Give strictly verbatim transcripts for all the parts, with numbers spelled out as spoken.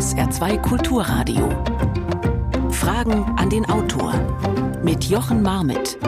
S R zwei Kulturradio. Fragen an den Autor mit Jochen Marmitt.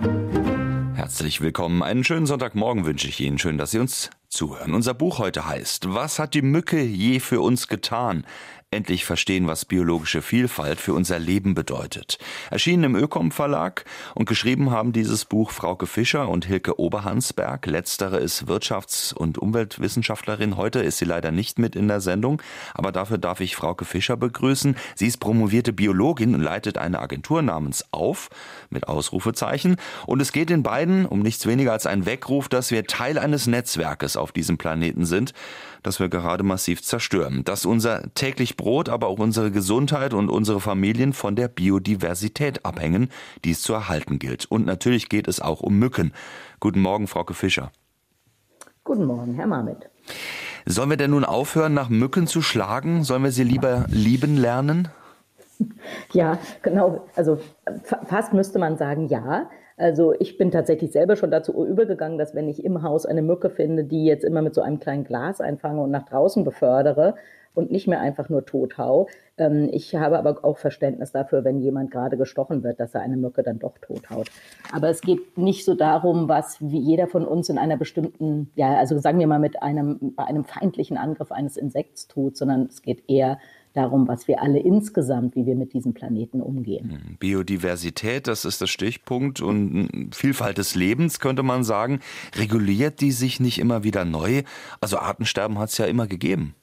Herzlich willkommen. Einen schönen Sonntagmorgen wünsche ich Ihnen. Schön, dass Sie uns zuhören. Unser Buch heute heißt: Was hat die Mücke je für uns getan? Endlich verstehen, was biologische Vielfalt für unser Leben bedeutet. Erschienen im Ökom Verlag und geschrieben haben dieses Buch Frauke Fischer und Hilke Oberhansberg. Letztere ist Wirtschafts- und Umweltwissenschaftlerin. Heute ist sie leider nicht mit in der Sendung, aber dafür darf ich Frauke Fischer begrüßen. Sie ist promovierte Biologin und leitet eine Agentur namens Auf mit Ausrufezeichen. Und es geht den beiden um nichts weniger als einen Weckruf, dass wir Teil eines Netzwerkes auf diesem Planeten sind, das wir gerade massiv zerstören. Dass unser täglich Brot, aber auch unsere Gesundheit und unsere Familien von der Biodiversität abhängen, die es zu erhalten gilt. Und natürlich geht es auch um Mücken. Guten Morgen, Frauke Fischer. Guten Morgen, Herr Marmitt. Sollen wir denn nun aufhören, nach Mücken zu schlagen? Sollen wir sie lieber lieben lernen? Ja, genau. Also fast müsste man sagen, ja. Also ich bin tatsächlich selber schon dazu übergegangen, dass wenn ich im Haus eine Mücke finde, die jetzt immer mit so einem kleinen Glas einfange und nach draußen befördere und nicht mehr einfach nur tot hau. Ich habe aber auch Verständnis dafür, wenn jemand gerade gestochen wird, dass er eine Mücke dann doch tot haut. Aber es geht nicht so darum, was wie jeder von uns in einer bestimmten, ja, also sagen wir mal mit einem, bei einem feindlichen Angriff eines Insekts tut, sondern es geht eher darum, was wir alle insgesamt, wie wir mit diesem Planeten umgehen. Biodiversität, das ist der Stichpunkt, und Vielfalt des Lebens, könnte man sagen. Reguliert die sich nicht immer wieder neu? Also Artensterben hat es ja immer gegeben.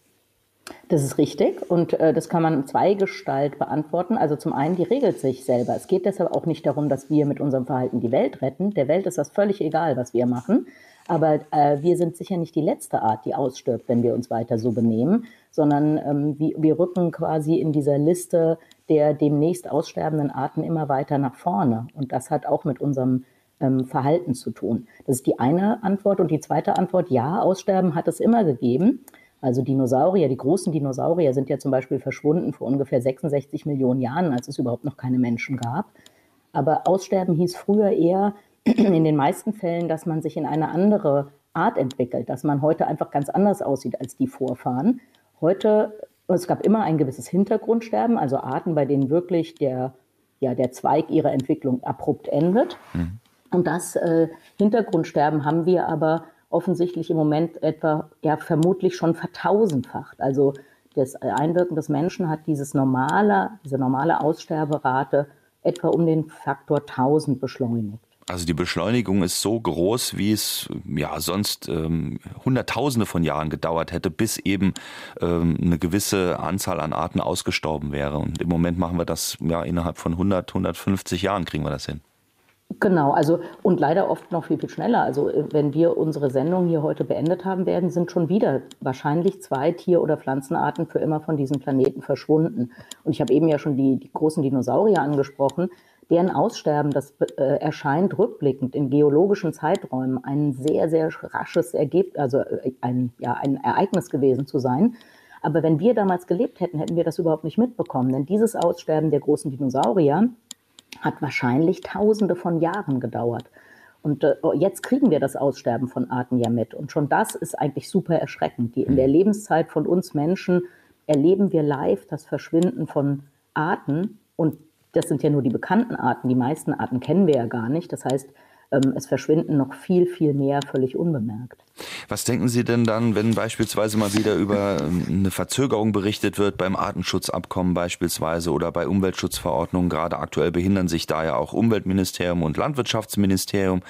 Das ist richtig und äh, das kann man in zweigestalt beantworten. Also zum einen, die regelt sich selber. Es geht deshalb auch nicht darum, dass wir mit unserem Verhalten die Welt retten. Der Welt ist das völlig egal, was wir machen. Aber äh, wir sind sicher nicht die letzte Art, die ausstirbt, wenn wir uns weiter so benehmen, sondern ähm, wir, wir rücken quasi in dieser Liste der demnächst aussterbenden Arten immer weiter nach vorne. Und das hat auch mit unserem ähm, Verhalten zu tun. Das ist die eine Antwort. Und die zweite Antwort, ja, Aussterben hat es immer gegeben. Also Dinosaurier, die großen Dinosaurier sind ja zum Beispiel verschwunden vor ungefähr sechsundsechzig Millionen Jahren, als es überhaupt noch keine Menschen gab. Aber Aussterben hieß früher eher in den meisten Fällen, dass man sich in eine andere Art entwickelt, dass man heute einfach ganz anders aussieht als die Vorfahren. Heute, es gab immer ein gewisses Hintergrundsterben, also Arten, bei denen wirklich der, ja, der Zweig ihrer Entwicklung abrupt endet. Mhm. Und das äh, Hintergrundsterben haben wir aber offensichtlich im Moment etwa, ja, vermutlich schon vertausendfacht. Also das Einwirken des Menschen hat dieses normale, diese normale Aussterberate etwa um den Faktor tausend beschleunigt. Also die Beschleunigung ist so groß, wie es ja sonst ähm, Hunderttausende von Jahren gedauert hätte, bis eben ähm, eine gewisse Anzahl an Arten ausgestorben wäre. Und im Moment machen wir das ja innerhalb von hundert, hundertfünfzig Jahren kriegen wir das hin. Genau, also und leider oft noch viel, viel schneller. Also wenn wir unsere Sendung hier heute beendet haben werden, sind schon wieder wahrscheinlich zwei Tier- oder Pflanzenarten für immer von diesem Planeten verschwunden. Und ich habe eben ja schon die, die großen Dinosaurier angesprochen. Deren Aussterben, das äh, erscheint rückblickend in geologischen Zeiträumen ein sehr, sehr rasches Ergebnis, also ein, ja, ein Ereignis gewesen zu sein. Aber wenn wir damals gelebt hätten, hätten wir das überhaupt nicht mitbekommen. Denn dieses Aussterben der großen Dinosaurier hat wahrscheinlich Tausende von Jahren gedauert. Und äh, jetzt kriegen wir das Aussterben von Arten ja mit. Und schon das ist eigentlich super erschreckend. Die, in der Lebenszeit von uns Menschen erleben wir live das Verschwinden von Arten. Und das sind ja nur die bekannten Arten. Die meisten Arten kennen wir ja gar nicht. Das heißt, ähm, es verschwinden noch viel, viel mehr völlig unbemerkt. Was denken Sie denn dann, wenn beispielsweise mal wieder über eine Verzögerung berichtet wird, beim Artenschutzabkommen beispielsweise oder bei Umweltschutzverordnungen? Gerade aktuell behindern sich da ja auch Umweltministerium und Landwirtschaftsministerium.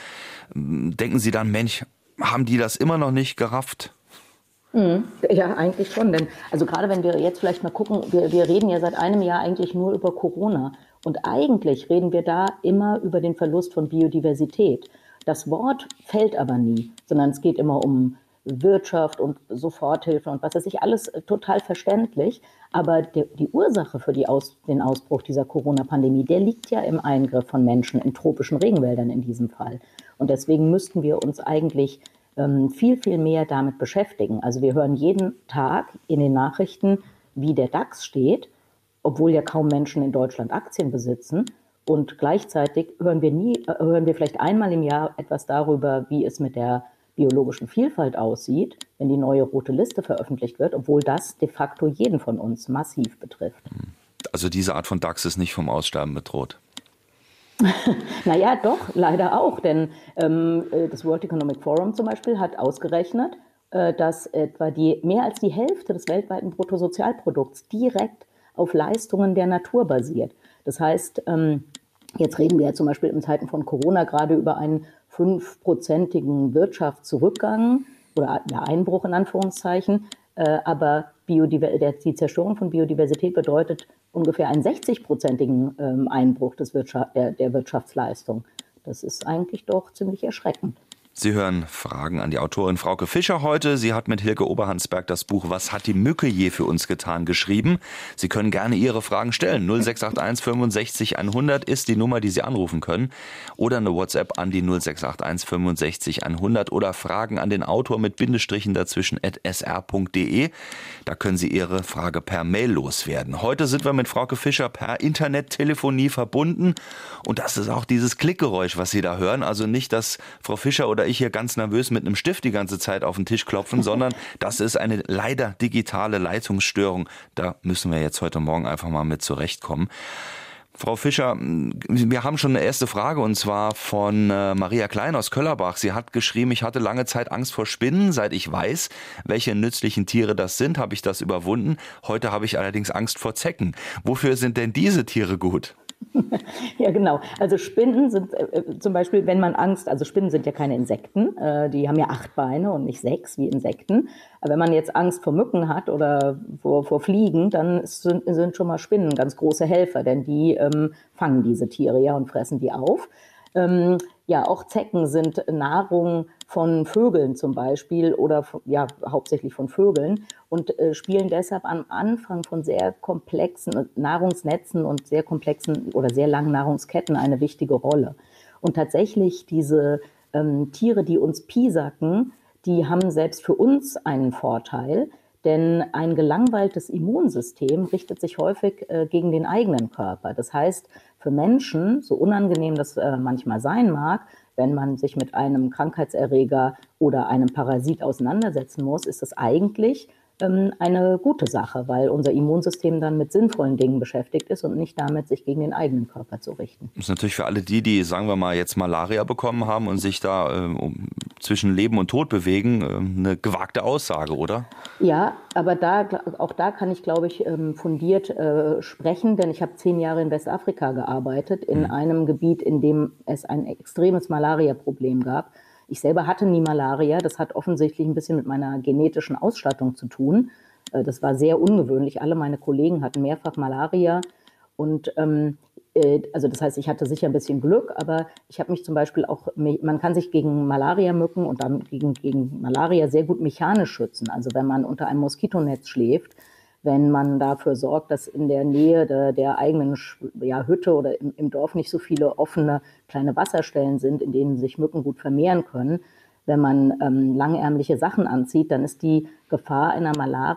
Denken Sie dann, Mensch, haben die das immer noch nicht gerafft? Ja, eigentlich schon. Denn also gerade wenn wir jetzt vielleicht mal gucken, wir, wir reden ja seit einem Jahr eigentlich nur über Corona. Und eigentlich reden wir da immer über den Verlust von Biodiversität. Das Wort fällt aber nie, sondern es geht immer um Wirtschaft und Soforthilfe und was weiß ich, alles total verständlich. Aber der, die Ursache für die Aus, den Ausbruch dieser Corona-Pandemie, der liegt ja im Eingriff von Menschen in tropischen Regenwäldern in diesem Fall. Und deswegen müssten wir uns eigentlich ähm, viel, viel mehr damit beschäftigen. Also wir hören jeden Tag in den Nachrichten, wie der DAX steht, obwohl ja kaum Menschen in Deutschland Aktien besitzen. Und gleichzeitig hören wir nie, hören wir vielleicht einmal im Jahr etwas darüber, wie es mit der biologischen Vielfalt aussieht, wenn die neue rote Liste veröffentlicht wird, obwohl das de facto jeden von uns massiv betrifft. Also diese Art von DAX ist nicht vom Aussterben bedroht? Naja, doch, leider auch, denn ähm, das World Economic Forum zum Beispiel hat ausgerechnet, äh, dass etwa die, mehr als die Hälfte des weltweiten Bruttosozialprodukts direkt auf Leistungen der Natur basiert. Das heißt, ähm, jetzt reden wir ja zum Beispiel in Zeiten von Corona gerade über einen fünfprozentigen Wirtschaftsrückgang oder ja, Einbruch in Anführungszeichen, äh, aber Biodiver- der, die Zerstörung von Biodiversität bedeutet ungefähr einen sechzig-prozentigen ähm, Einbruch des Wirtschaft, der, der Wirtschaftsleistung. Das ist eigentlich doch ziemlich erschreckend. Sie hören Fragen an die Autorin Frauke Fischer heute. Sie hat mit Hilke Oberhansberg das Buch Was hat die Mücke je für uns getan geschrieben. Sie können gerne Ihre Fragen stellen. null sechs acht eins fünfundsechzig hundert ist die Nummer, die Sie anrufen können. Oder eine WhatsApp an die null sechs acht eins fünfundsechzig hundert oder Fragen an den Autor mit Bindestrichen dazwischen at s r punkt d e. Da können Sie Ihre Frage per Mail loswerden. Heute sind wir mit Frauke Fischer per Internettelefonie verbunden. Und das ist auch dieses Klickgeräusch, was Sie da hören. Also nicht, dass Frau Fischer oder ich hier ganz nervös mit einem Stift die ganze Zeit auf den Tisch klopfen, sondern das ist eine leider digitale Leitungsstörung. Da müssen wir jetzt heute Morgen einfach mal mit zurechtkommen. Frau Fischer, wir haben schon eine erste Frage und zwar von Maria Klein aus Köllerbach. Sie hat geschrieben, ich hatte lange Zeit Angst vor Spinnen. Seit ich weiß, welche nützlichen Tiere das sind, habe ich das überwunden. Heute habe ich allerdings Angst vor Zecken. Wofür sind denn diese Tiere gut? Ja, genau. Also Spinnen sind äh, zum Beispiel, wenn man Angst, also Spinnen sind ja keine Insekten, äh, die haben ja acht Beine und nicht sechs wie Insekten. Aber wenn man jetzt Angst vor Mücken hat oder vor, vor Fliegen, dann sind, sind schon mal Spinnen ganz große Helfer, denn die ähm, fangen diese Tiere ja und fressen die auf. Ähm, ja, auch Zecken sind Nahrung von Vögeln zum Beispiel oder ja, hauptsächlich von Vögeln und äh, spielen deshalb am Anfang von sehr komplexen Nahrungsnetzen und sehr komplexen oder sehr langen Nahrungsketten eine wichtige Rolle. Und tatsächlich diese ähm, Tiere, die uns piesacken, die haben selbst für uns einen Vorteil, denn ein gelangweiltes Immunsystem richtet sich häufig äh, gegen den eigenen Körper. Das heißt, für Menschen, so unangenehm das äh, manchmal sein mag, wenn man sich mit einem Krankheitserreger oder einem Parasit auseinandersetzen muss, ist das eigentlich ähm, eine gute Sache, weil unser Immunsystem dann mit sinnvollen Dingen beschäftigt ist und nicht damit, sich gegen den eigenen Körper zu richten. Das ist natürlich für alle die, die, sagen wir mal, jetzt Malaria bekommen haben und sich da äh, um, zwischen Leben und Tod bewegen, äh, eine gewagte Aussage, oder? Ja, aber da, auch da kann ich, glaube ich, fundiert äh, sprechen, denn ich habe zehn Jahre in Westafrika gearbeitet, in mhm. einem Gebiet, in dem es ein extremes Malaria-Problem gab. Ich selber hatte nie Malaria, das hat offensichtlich ein bisschen mit meiner genetischen Ausstattung zu tun. Äh, das war sehr ungewöhnlich, alle meine Kollegen hatten mehrfach Malaria und ähm, also das heißt, ich hatte sicher ein bisschen Glück, aber ich habe mich zum Beispiel auch, man kann sich gegen Malaria-Mücken und dann gegen, gegen Malaria sehr gut mechanisch schützen. Also wenn man unter einem Moskitonetz schläft, wenn man dafür sorgt, dass in der Nähe der, der eigenen ja, Hütte oder im, im Dorf nicht so viele offene kleine Wasserstellen sind, in denen sich Mücken gut vermehren können. Wenn man ähm, langärmliche Sachen anzieht, dann ist die Gefahr einer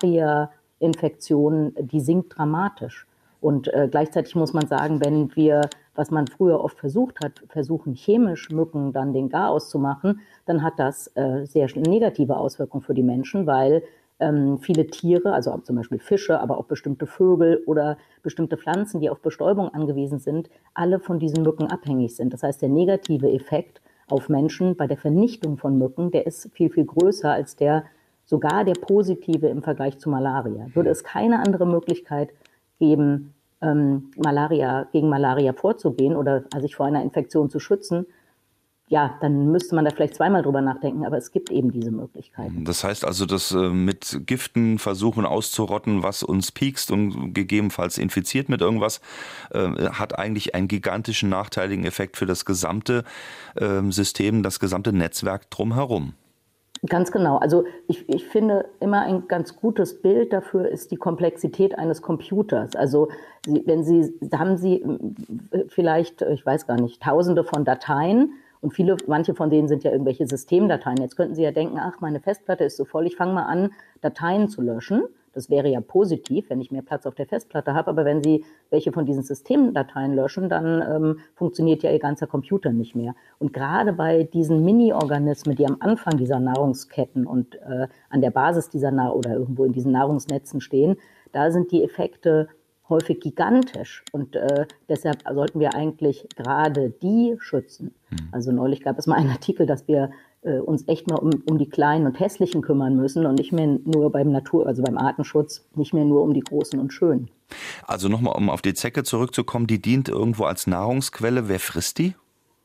Malaria-Infektion, die sinkt dramatisch. Und äh, gleichzeitig muss man sagen, wenn wir, was man früher oft versucht hat, versuchen chemisch Mücken dann den Garaus zu machen, dann hat das äh, sehr negative Auswirkungen für die Menschen, weil ähm, viele Tiere, also zum Beispiel Fische, aber auch bestimmte Vögel oder bestimmte Pflanzen, die auf Bestäubung angewiesen sind, alle von diesen Mücken abhängig sind. Das heißt, der negative Effekt auf Menschen bei der Vernichtung von Mücken, der ist viel, viel größer als der, sogar der positive im Vergleich zu Malaria. Würde es keine andere Möglichkeit geben, ähm, Malaria, gegen Malaria vorzugehen oder sich vor einer Infektion zu schützen, ja, dann müsste man da vielleicht zweimal drüber nachdenken, aber es gibt eben diese Möglichkeiten. Das heißt also, dass äh, mit Giften versuchen auszurotten, was uns piekst und gegebenenfalls infiziert mit irgendwas, äh, hat eigentlich einen gigantischen nachteiligen Effekt für das gesamte äh, System, das gesamte Netzwerk drumherum. Ganz genau. Also ich, ich finde immer ein ganz gutes Bild dafür ist die Komplexität eines Computers. Also Sie, wenn Sie, haben Sie vielleicht, ich weiß gar nicht, tausende von Dateien und viele, manche von denen sind ja irgendwelche Systemdateien. Jetzt könnten Sie ja denken, ach, meine Festplatte ist so voll, ich fange mal an, Dateien zu löschen. Das wäre ja positiv, wenn ich mehr Platz auf der Festplatte habe, aber wenn Sie welche von diesen Systemdateien löschen, dann ähm, funktioniert ja Ihr ganzer Computer nicht mehr. Und gerade bei diesen Mini-Organismen, die am Anfang dieser Nahrungsketten und äh, an der Basis dieser Nahr- oder irgendwo in diesen Nahrungsnetzen stehen, da sind die Effekte häufig gigantisch und äh, deshalb sollten wir eigentlich gerade die schützen. Mhm. Also neulich gab es mal einen Artikel, dass wir äh, uns echt mal um, um die Kleinen und Hässlichen kümmern müssen und nicht mehr nur beim Natur, also beim Artenschutz, nicht mehr nur um die Großen und Schönen. Also nochmal, um auf die Zecke zurückzukommen, die dient irgendwo als Nahrungsquelle. Wer frisst die?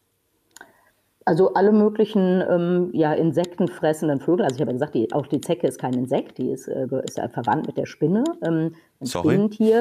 Also alle möglichen ähm, ja, insektenfressenden Vögel. Also ich habe ja gesagt, die, auch die Zecke ist kein Insekt, die ist, äh, ist ja verwandt mit der Spinne, ähm, ein Sorry? Spinnentier.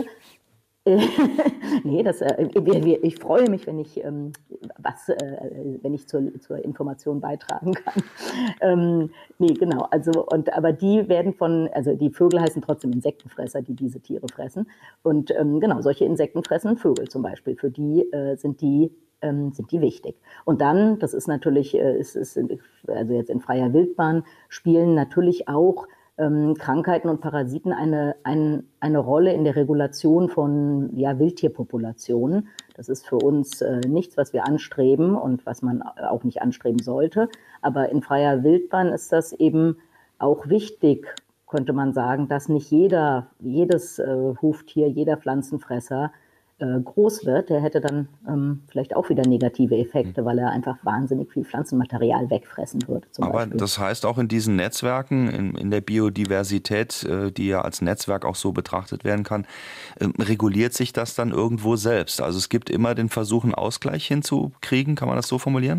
nee, das, äh, ich freue mich, wenn ich, ähm, was, äh, wenn ich zur, zur Information beitragen kann. ähm, nee, genau. Also, und, aber die werden von, also die Vögel heißen trotzdem Insektenfresser, die diese Tiere fressen. Und ähm, genau, solche insektenfressenden Vögel zum Beispiel, für die äh, sind die ähm, sind die wichtig. Und dann, das ist natürlich, äh, ist, ist, also jetzt in freier Wildbahn, spielen natürlich auch ähm, Krankheiten und Parasiten eine, ein, eine Rolle in der Regulation von ja, Wildtierpopulationen. Das ist für uns äh, nichts, was wir anstreben und was man auch nicht anstreben sollte. Aber in freier Wildbahn ist das eben auch wichtig, könnte man sagen, dass nicht jeder, jedes äh, Huftier, jeder Pflanzenfresser äh, groß wird. Der hätte dann ähm, vielleicht auch wieder negative Effekte, weil er einfach wahnsinnig viel Pflanzenmaterial wegfressen würde. Zum Aber Beispiel. Das heißt auch in diesen Netzwerken, in, in der Biodiversität, äh, die ja als Netzwerk auch so betrachtet werden kann, äh, reguliert sich das dann irgendwo selbst? Also es gibt immer den Versuch, einen Ausgleich hinzukriegen, kann man das so formulieren?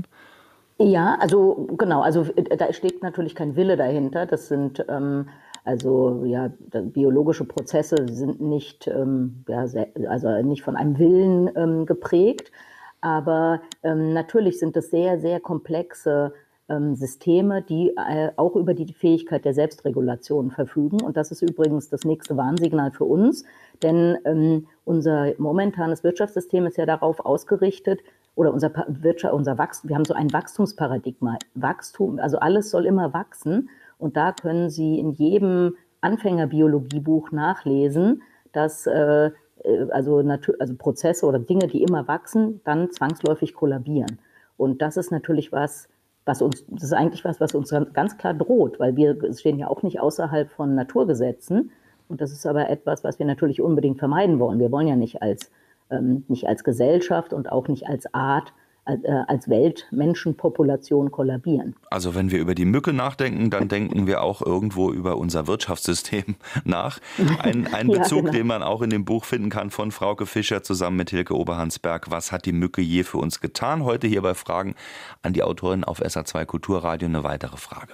Ja, also genau, also da steht natürlich kein Wille dahinter. Das sind ähm, also ja biologische Prozesse sind nicht ähm, ja, sehr, also nicht von einem Willen ähm, geprägt, aber ähm, natürlich sind es sehr sehr komplexe ähm, Systeme, die äh, auch über die Fähigkeit der Selbstregulation verfügen. Und das ist übrigens das nächste Warnsignal für uns, denn ähm, unser momentanes Wirtschaftssystem ist ja darauf ausgerichtet, oder unser Wirtschaft, unser Wachstum, wir haben so ein Wachstumsparadigma. Wachstum, also alles soll immer wachsen. Und da können Sie in jedem Anfängerbiologiebuch nachlesen, dass äh, also, also Prozesse oder Dinge, die immer wachsen, dann zwangsläufig kollabieren. Und das ist natürlich was, was uns, das ist eigentlich was, was uns ganz klar droht, weil wir stehen ja auch nicht außerhalb von Naturgesetzen. Und das ist aber etwas, was wir natürlich unbedingt vermeiden wollen. Wir wollen ja nicht als Ähm, nicht als Gesellschaft und auch nicht als Art, als, äh, als Weltmenschenpopulation kollabieren. Also wenn wir über die Mücke nachdenken, dann denken wir auch irgendwo über unser Wirtschaftssystem nach. Ein, ein Ja, Bezug, genau. den man auch in dem Buch finden kann von Frauke Fischer zusammen mit Hilke Oberhansberg. Was hat die Mücke je für uns getan? Heute hier bei Fragen an die Autorin auf S R zwei Kulturradio eine weitere Frage.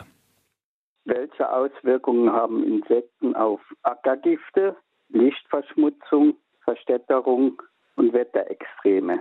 Welche Auswirkungen haben Insekten auf Ackergifte, Lichtverschmutzung, Verstädterung und Wetterextreme?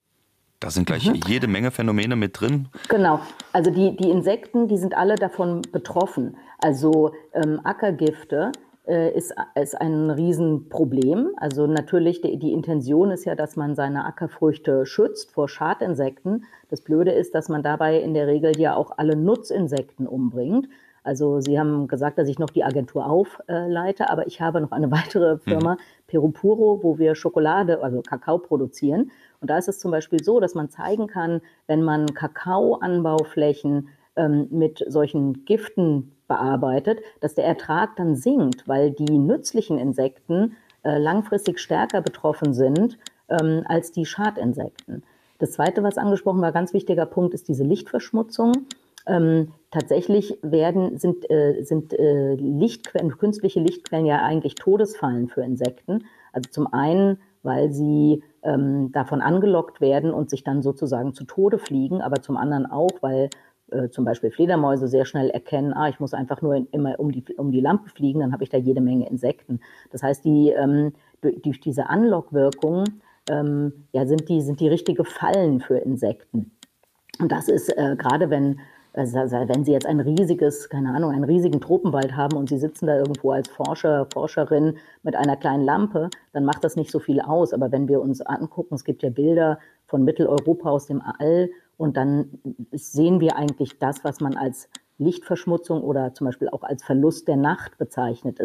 Da sind gleich mhm. jede Menge Phänomene mit drin. Genau, also die, die Insekten, die sind alle davon betroffen. Also ähm, Ackergifte äh, ist, ist ein Riesenproblem. Also natürlich, die, die Intention ist ja, dass man seine Ackerfrüchte schützt vor Schadinsekten. Das Blöde ist, dass man dabei in der Regel ja auch alle Nutzinsekten umbringt. Also Sie haben gesagt, dass ich noch die Agentur aufleite, aber ich habe noch eine weitere Firma, mhm. Perupuro, wo wir Schokolade, also Kakao produzieren. Und da ist es zum Beispiel so, dass man zeigen kann, wenn man Kakaoanbauflächen ähm, mit solchen Giften bearbeitet, dass der Ertrag dann sinkt, weil die nützlichen Insekten äh, langfristig stärker betroffen sind ähm, als die Schadinsekten. Das Zweite, was angesprochen war, ganz wichtiger Punkt, ist diese Lichtverschmutzung. Ähm, tatsächlich werden, sind, äh, sind äh, Lichtquellen, künstliche Lichtquellen ja eigentlich Todesfallen für Insekten. Also zum einen, weil sie ähm, davon angelockt werden und sich dann sozusagen zu Tode fliegen, aber zum anderen auch, weil äh, zum Beispiel Fledermäuse sehr schnell erkennen, ah, ich muss einfach nur in, immer um die, um die Lampe fliegen, dann habe ich da jede Menge Insekten. Das heißt, die, ähm, durch, durch diese Anlockwirkung ähm, ja, sind, die, sind die richtige Fallen für Insekten. Und das ist äh, gerade, wenn Also wenn Sie jetzt ein riesiges, keine Ahnung, einen riesigen Tropenwald haben und Sie sitzen da irgendwo als Forscher, Forscherin mit einer kleinen Lampe, dann macht das nicht so viel aus. Aber wenn wir uns angucken, es gibt ja Bilder von Mitteleuropa aus dem All und dann sehen wir eigentlich das, was man als Lichtverschmutzung oder zum Beispiel auch als Verlust der Nacht bezeichnet. Es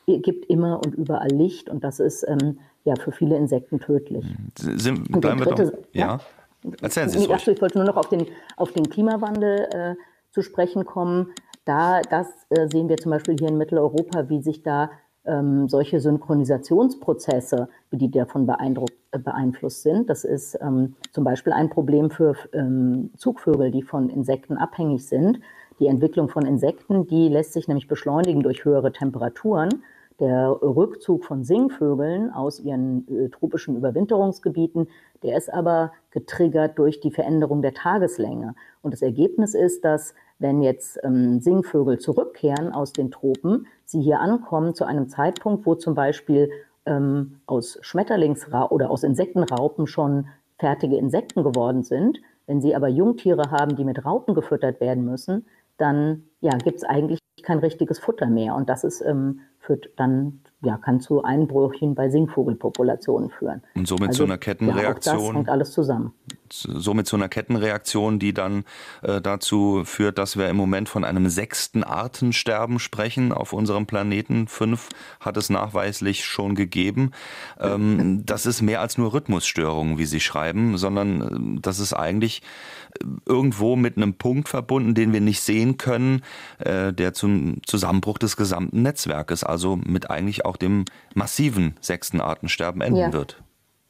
gibt immer und überall Licht und das ist ähm, ja für viele Insekten tödlich. Sind, bleiben wir dritte, doch, ja. ja. Erzählen Sie es ruhig. Ich wollte nur noch auf den, auf den Klimawandel äh, zu sprechen kommen. Da, das äh, sehen wir zum Beispiel hier in Mitteleuropa, wie sich da ähm, solche Synchronisationsprozesse, wie die davon beeindruckt, äh, beeinflusst sind. Das ist ähm, zum Beispiel ein Problem für ähm, Zugvögel, die von Insekten abhängig sind. Die Entwicklung von Insekten, die lässt sich nämlich beschleunigen durch höhere Temperaturen. Der Rückzug von Singvögeln aus ihren äh, tropischen Überwinterungsgebieten, der ist aber getriggert durch die Veränderung der Tageslänge. Und das Ergebnis ist, dass wenn jetzt ähm, Singvögel zurückkehren aus den Tropen, sie hier ankommen zu einem Zeitpunkt, wo zum Beispiel ähm, aus Schmetterlingsra- oder aus Insektenraupen schon fertige Insekten geworden sind. Wenn sie aber Jungtiere haben, die mit Raupen gefüttert werden müssen, dann ja, gibt es eigentlich kein richtiges Futter mehr. Und das ist, ähm, führt dann, ja, kann zu Einbrüchen bei Singvogelpopulationen führen. Und somit also, zu einer Kettenreaktion. Ja, auch das hängt alles zusammen. Somit zu einer Kettenreaktion, die dann äh, dazu führt, dass wir im Moment von einem sechsten Artensterben sprechen auf unserem Planeten. Fünf hat es nachweislich schon gegeben. Ähm, das ist mehr als nur Rhythmusstörungen, wie Sie schreiben, sondern äh, das ist eigentlich irgendwo mit einem Punkt verbunden, den wir nicht sehen können, äh, der zum Zusammenbruch des gesamten Netzwerkes, also mit eigentlich auch dem massiven sechsten Artensterben enden ja. wird.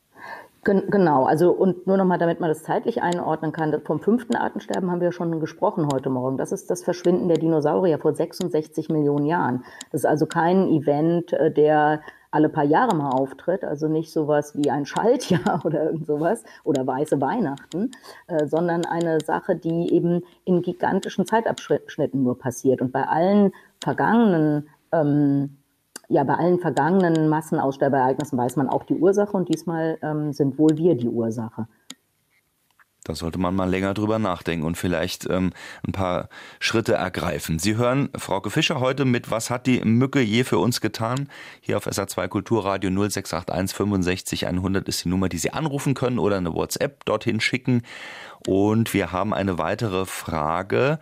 Genau, also und nur nochmal, damit man das zeitlich einordnen kann, vom fünften Artensterben haben wir schon gesprochen heute Morgen. Das ist das Verschwinden der Dinosaurier vor sechsundsechzig Millionen Jahren. Das ist also kein Event, der alle paar Jahre mal auftritt, also nicht sowas wie ein Schaltjahr oder irgend sowas oder weiße Weihnachten, äh, sondern eine Sache, die eben in gigantischen Zeitabschnitten nur passiert. Und bei allen vergangenen ähm, Ja, bei allen vergangenen Massenaussterbeereignissen weiß man auch die Ursache und diesmal ähm, sind wohl wir die Ursache. Da sollte man mal länger drüber nachdenken und vielleicht ähm, ein paar Schritte ergreifen. Sie hören Frauke Fischer heute mit Was hat die Mücke je für uns getan? Hier auf S R zwei Kulturradio null sechs acht eins fünfundsechzig hundert ist die Nummer, die Sie anrufen können oder eine WhatsApp dorthin schicken. Und wir haben eine weitere Frage.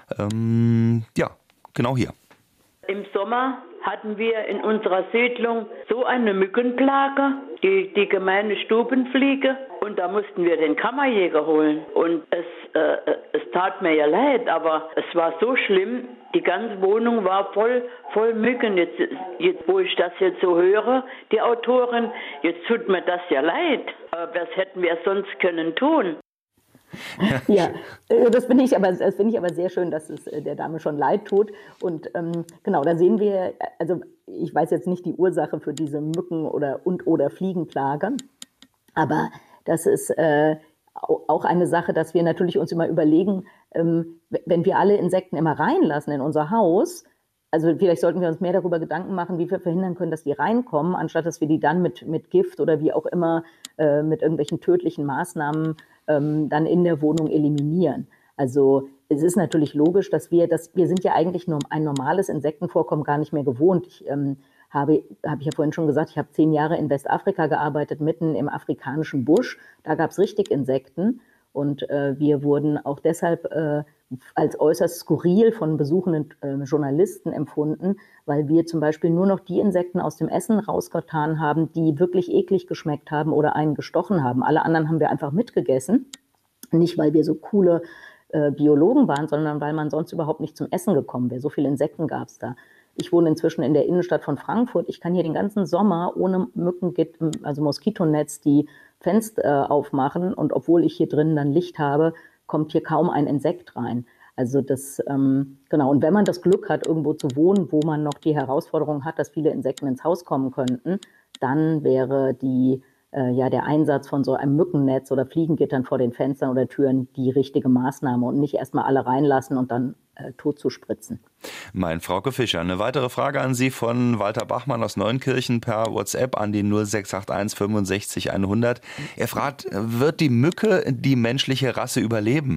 Ähm, ja, genau hier. Im Sommer hatten wir in unserer Siedlung so eine Mückenplage, die, die gemeine Stubenfliege. Und da mussten wir den Kammerjäger holen. Und es, äh, es tat mir ja leid, aber es war so schlimm. Die ganze Wohnung war voll, voll Mücken. Jetzt, jetzt, wo ich das jetzt so höre, die Autorin, jetzt tut mir das ja leid. Aber was hätten wir sonst können tun? Ja, das finde ich aber, das finde ich aber sehr schön, dass es der Dame schon leid tut. Und ähm, genau, da sehen wir, also ich weiß jetzt nicht die Ursache für diese Mücken- oder und oder Fliegenplage, aber das ist äh, auch eine Sache, dass wir natürlich uns immer überlegen, ähm, wenn wir alle Insekten immer reinlassen in unser Haus, also vielleicht sollten wir uns mehr darüber Gedanken machen, wie wir verhindern können, dass die reinkommen, anstatt dass wir die dann mit, mit Gift oder wie auch immer äh, mit irgendwelchen tödlichen Maßnahmen ähm, dann in der Wohnung eliminieren. Also es ist natürlich logisch, dass wir, dass wir sind ja eigentlich nur ein normales Insektenvorkommen gar nicht mehr gewohnt. Ich ähm, habe, habe ich ja vorhin schon gesagt, ich habe zehn Jahre in Westafrika gearbeitet, mitten im afrikanischen Busch. Da gab es richtig Insekten und äh, wir wurden auch deshalb äh, als äußerst skurril von besuchenden äh, Journalisten empfunden, weil wir zum Beispiel nur noch die Insekten aus dem Essen rausgetan haben, die wirklich eklig geschmeckt haben oder einen gestochen haben. Alle anderen haben wir einfach mitgegessen. Nicht, weil wir so coole äh, Biologen waren, sondern weil man sonst überhaupt nicht zum Essen gekommen wäre. So viele Insekten gab es da. Ich wohne inzwischen in der Innenstadt von Frankfurt. Ich kann hier den ganzen Sommer ohne Mückengitter, also Moskitonetz, die Fenster äh, aufmachen. Und obwohl ich hier drin dann Licht habe, kommt hier kaum ein Insekt rein. Also das, ähm, genau. Und wenn man das Glück hat, irgendwo zu wohnen, wo man noch die Herausforderung hat, dass viele Insekten ins Haus kommen könnten, dann wäre die, äh, ja, der Einsatz von so einem Mückennetz oder Fliegengittern vor den Fenstern oder Türen die richtige Maßnahme und nicht erstmal alle reinlassen und dann äh, tot zu spritzen. Mein Frauke Fischer. Eine weitere Frage an Sie von Walter Bachmann aus Neunkirchen per WhatsApp an die null sechs acht eins fünfundsechzig hundert. Er fragt, wird die Mücke die menschliche Rasse überleben?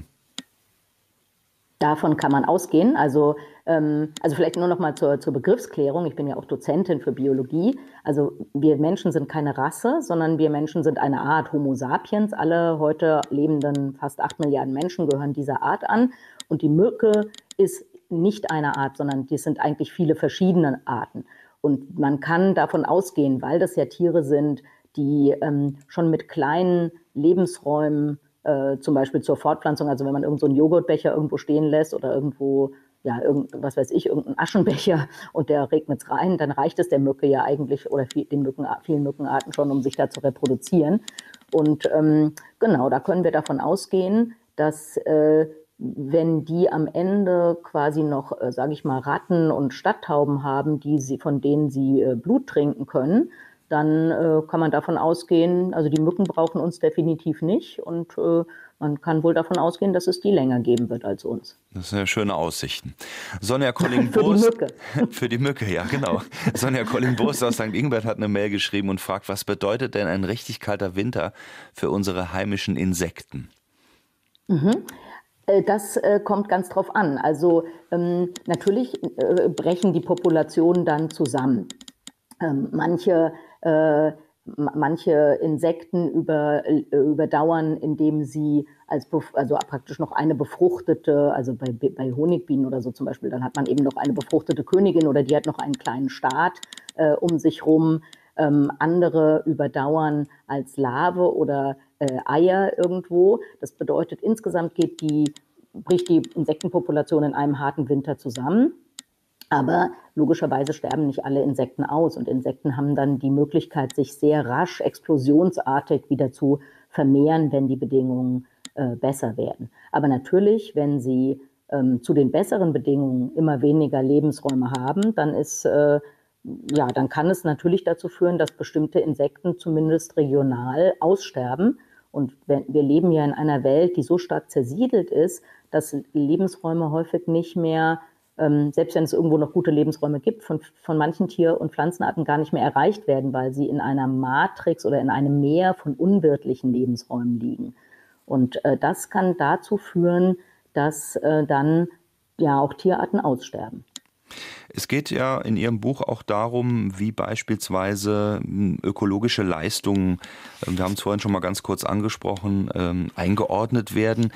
Davon kann man ausgehen. Also, ähm, also vielleicht nur noch mal zur, zur Begriffsklärung. Ich bin ja auch Dozentin für Biologie. Also wir Menschen sind keine Rasse, sondern wir Menschen sind eine Art Homo sapiens. Alle heute lebenden fast acht Milliarden Menschen gehören dieser Art an. Und die Mücke ist nicht eine Art, sondern die sind eigentlich viele verschiedene Arten. Und man kann davon ausgehen, weil das ja Tiere sind, die ähm, schon mit kleinen Lebensräumen, äh, zum Beispiel zur Fortpflanzung, also wenn man irgend so einen Joghurtbecher irgendwo stehen lässt oder irgendwo, ja, irgend, was weiß ich, irgendeinen Aschenbecher und der regnet es rein, dann reicht es der Mücke ja eigentlich oder viel, den Mücken, vielen Mückenarten schon, um sich da zu reproduzieren. Und ähm, genau, da können wir davon ausgehen, dass äh, wenn die am Ende quasi noch, äh, sage ich mal, Ratten und Stadttauben haben, die sie, von denen sie äh, Blut trinken können, dann äh, kann man davon ausgehen, also die Mücken brauchen uns definitiv nicht und äh, man kann wohl davon ausgehen, dass es die länger geben wird als uns. Das sind ja schöne Aussichten. Sonja Colling-Burst. Für die Mücke. Für die Mücke, ja, genau. Sonja Colling-Burst aus Sankt Ingbert hat eine Mail geschrieben und fragt, was bedeutet denn ein richtig kalter Winter für unsere heimischen Insekten? Mhm. Das äh, kommt ganz drauf an. Also ähm, natürlich äh, brechen die Populationen dann zusammen. Ähm, manche, äh, manche Insekten über, äh, überdauern, indem sie als also praktisch noch eine befruchtete, also bei, bei Honigbienen oder so zum Beispiel, dann hat man eben noch eine befruchtete Königin oder die hat noch einen kleinen Staat äh, um sich rum. Ähm, andere überdauern als Larve oder äh, Eier irgendwo. Das bedeutet, insgesamt geht die, bricht die Insektenpopulation in einem harten Winter zusammen. Aber logischerweise sterben nicht alle Insekten aus. Und Insekten haben dann die Möglichkeit, sich sehr rasch, explosionsartig wieder zu vermehren, wenn die Bedingungen äh, besser werden. Aber natürlich, wenn sie ähm, zu den besseren Bedingungen immer weniger Lebensräume haben, dann ist äh, Ja, dann kann es natürlich dazu führen, dass bestimmte Insekten zumindest regional aussterben. Und wir leben ja in einer Welt, die so stark zersiedelt ist, dass Lebensräume häufig nicht mehr, ähm, selbst wenn es irgendwo noch gute Lebensräume gibt, von, von manchen Tier- und Pflanzenarten gar nicht mehr erreicht werden, weil sie in einer Matrix oder in einem Meer von unwirtlichen Lebensräumen liegen. Und äh, das kann dazu führen, dass äh, dann ja auch Tierarten aussterben. Es geht ja in Ihrem Buch auch darum, wie beispielsweise ökologische Leistungen, wir haben es vorhin schon mal ganz kurz angesprochen, eingeordnet werden.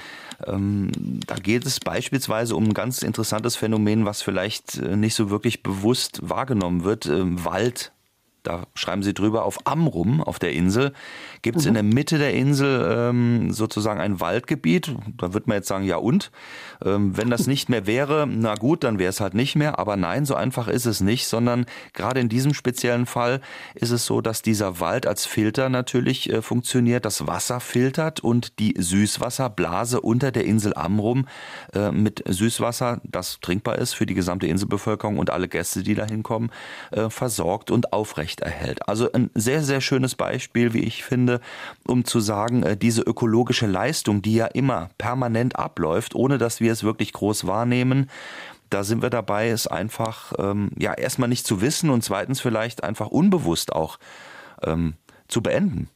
Da geht es beispielsweise um ein ganz interessantes Phänomen, was vielleicht nicht so wirklich bewusst wahrgenommen wird, Wald. Da schreiben Sie drüber, auf Amrum, auf der Insel, gibt es mhm. in der Mitte der Insel ähm, sozusagen ein Waldgebiet. Da wird man jetzt sagen, ja und? Ähm, wenn das nicht mehr wäre, na gut, dann wäre es halt nicht mehr. Aber nein, so einfach ist es nicht, sondern gerade in diesem speziellen Fall ist es so, dass dieser Wald als Filter natürlich äh, funktioniert, das Wasser filtert und die Süßwasserblase unter der Insel Amrum äh, mit Süßwasser, das trinkbar ist für die gesamte Inselbevölkerung und alle Gäste, die da hinkommen, äh, versorgt und aufrecht erhält. Also ein sehr, sehr schönes Beispiel, wie ich finde, um zu sagen, diese ökologische Leistung, die ja immer permanent abläuft, ohne dass wir es wirklich groß wahrnehmen, da sind wir dabei, es einfach ähm, ja erstmal nicht zu wissen und zweitens vielleicht einfach unbewusst auch ähm, zu beenden.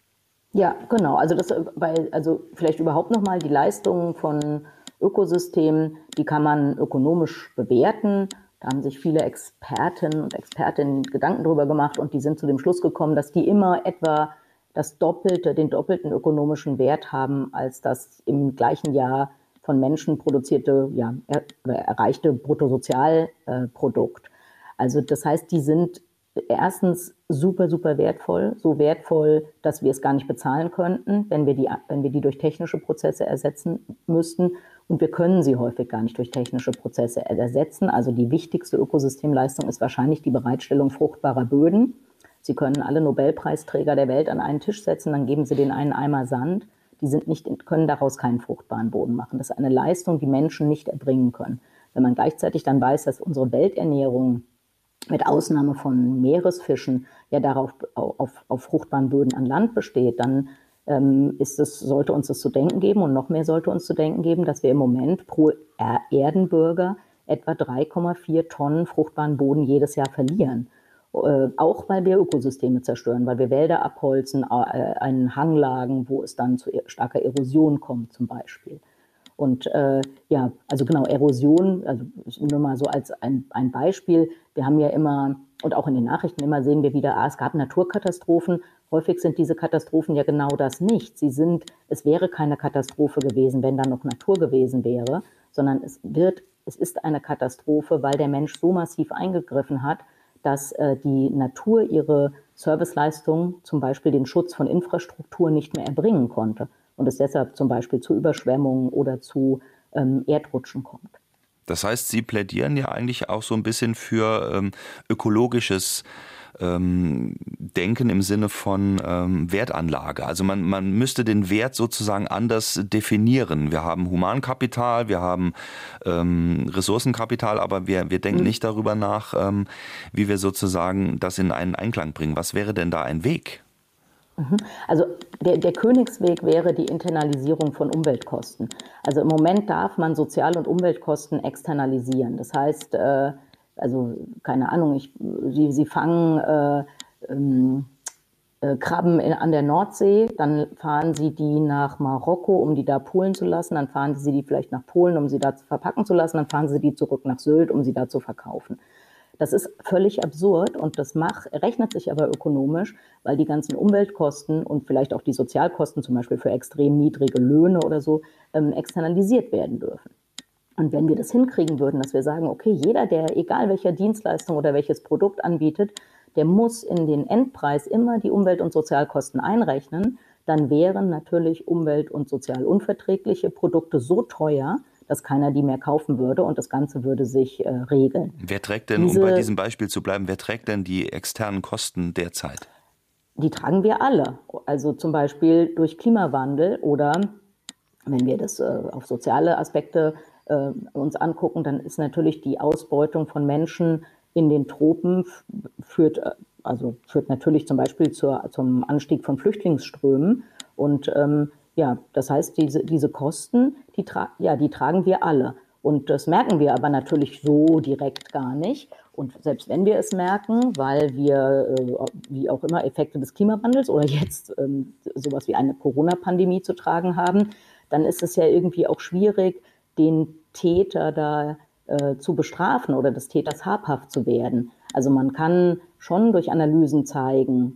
Ja, genau. Also das, weil, also vielleicht überhaupt nochmal die Leistungen von Ökosystemen, die kann man ökonomisch bewerten. Da haben sich viele Experten und Expertinnen Gedanken drüber gemacht und die sind zu dem Schluss gekommen, dass die immer etwa das doppelte, den doppelten ökonomischen Wert haben, als das im gleichen Jahr von Menschen produzierte, ja, er, erreichte Bruttosozialprodukt. Also das heißt, die sind erstens super, super wertvoll, so wertvoll, dass wir es gar nicht bezahlen könnten, wenn wir die, wenn wir die durch technische Prozesse ersetzen müssten. Und wir können sie häufig gar nicht durch technische Prozesse ersetzen. Also die wichtigste Ökosystemleistung ist wahrscheinlich die Bereitstellung fruchtbarer Böden. Sie können alle Nobelpreisträger der Welt an einen Tisch setzen, dann geben Sie denen einen Eimer Sand. Die sind nicht, können daraus keinen fruchtbaren Boden machen. Das ist eine Leistung, die Menschen nicht erbringen können. Wenn man gleichzeitig dann weiß, dass unsere Welternährung mit Ausnahme von Meeresfischen ja darauf auf, auf fruchtbaren Böden an Land besteht, dann ähm, ist es, sollte uns das zu denken geben und noch mehr sollte uns zu denken geben, dass wir im Moment pro Erdenbürger etwa drei Komma vier Tonnen fruchtbaren Boden jedes Jahr verlieren. Äh, auch weil wir Ökosysteme zerstören, weil wir Wälder abholzen, äh, einen Hanglagen, wo es dann zu starker Erosion kommt zum Beispiel. Und äh, ja, also genau, Erosion, also nur mal so als ein, ein Beispiel. Wir haben ja immer, und auch in den Nachrichten immer sehen wir wieder, ah, es gab Naturkatastrophen. Häufig sind diese Katastrophen ja genau das nicht. Sie sind, es wäre keine Katastrophe gewesen, wenn da noch Natur gewesen wäre, sondern es wird, es ist eine Katastrophe, weil der Mensch so massiv eingegriffen hat, dass äh, die Natur ihre Serviceleistungen, zum Beispiel den Schutz von Infrastruktur, nicht mehr erbringen konnte und es deshalb zum Beispiel zu Überschwemmungen oder zu ähm, Erdrutschen kommt. Das heißt, Sie plädieren ja eigentlich auch so ein bisschen für ähm, ökologisches ähm, Denken im Sinne von ähm, Wertanlage. Also man, man müsste den Wert sozusagen anders definieren. Wir haben Humankapital, wir haben ähm, Ressourcenkapital, aber wir, wir denken mhm. nicht darüber nach, ähm, wie wir sozusagen das in einen Einklang bringen. Was wäre denn da ein Weg? Also der, der Königsweg wäre die Internalisierung von Umweltkosten. Also im Moment darf man Sozial- und Umweltkosten externalisieren. Das heißt, äh, also keine Ahnung, ich, Sie, Sie fangen äh, ähm, äh, Krabben in, an der Nordsee, dann fahren Sie die nach Marokko, um die da polen zu lassen, dann fahren Sie die vielleicht nach Polen, um sie da verpacken zu lassen, dann fahren Sie die zurück nach Sylt, um sie da zu verkaufen. Das ist völlig absurd und das macht, rechnet sich aber ökonomisch, weil die ganzen Umweltkosten und vielleicht auch die Sozialkosten, zum Beispiel für extrem niedrige Löhne oder so, ähm, externalisiert werden dürfen. Und wenn wir das hinkriegen würden, dass wir sagen, okay, jeder, der egal welcher Dienstleistung oder welches Produkt anbietet, der muss in den Endpreis immer die Umwelt- und Sozialkosten einrechnen, dann wären natürlich umwelt- und sozial unverträgliche Produkte so teuer, dass keiner die mehr kaufen würde und das Ganze würde sich äh, regeln. Wer trägt denn, Diese, um bei diesem Beispiel zu bleiben, wer trägt denn die externen Kosten derzeit? Die tragen wir alle. Also zum Beispiel durch Klimawandel oder wenn wir das äh, auf soziale Aspekte äh, uns angucken, dann ist natürlich die Ausbeutung von Menschen in den Tropen führt, also führt natürlich zum Beispiel zur, zum Anstieg von Flüchtlingsströmen und ähm, ja, das heißt, diese, diese Kosten, die, tra- ja, die tragen wir alle. Und das merken wir aber natürlich so direkt gar nicht. Und selbst wenn wir es merken, weil wir, äh, wie auch immer, Effekte des Klimawandels oder jetzt ähm, sowas wie eine Corona-Pandemie zu tragen haben, dann ist es ja irgendwie auch schwierig, den Täter da äh, zu bestrafen oder des Täters habhaft zu werden. Also man kann schon durch Analysen zeigen,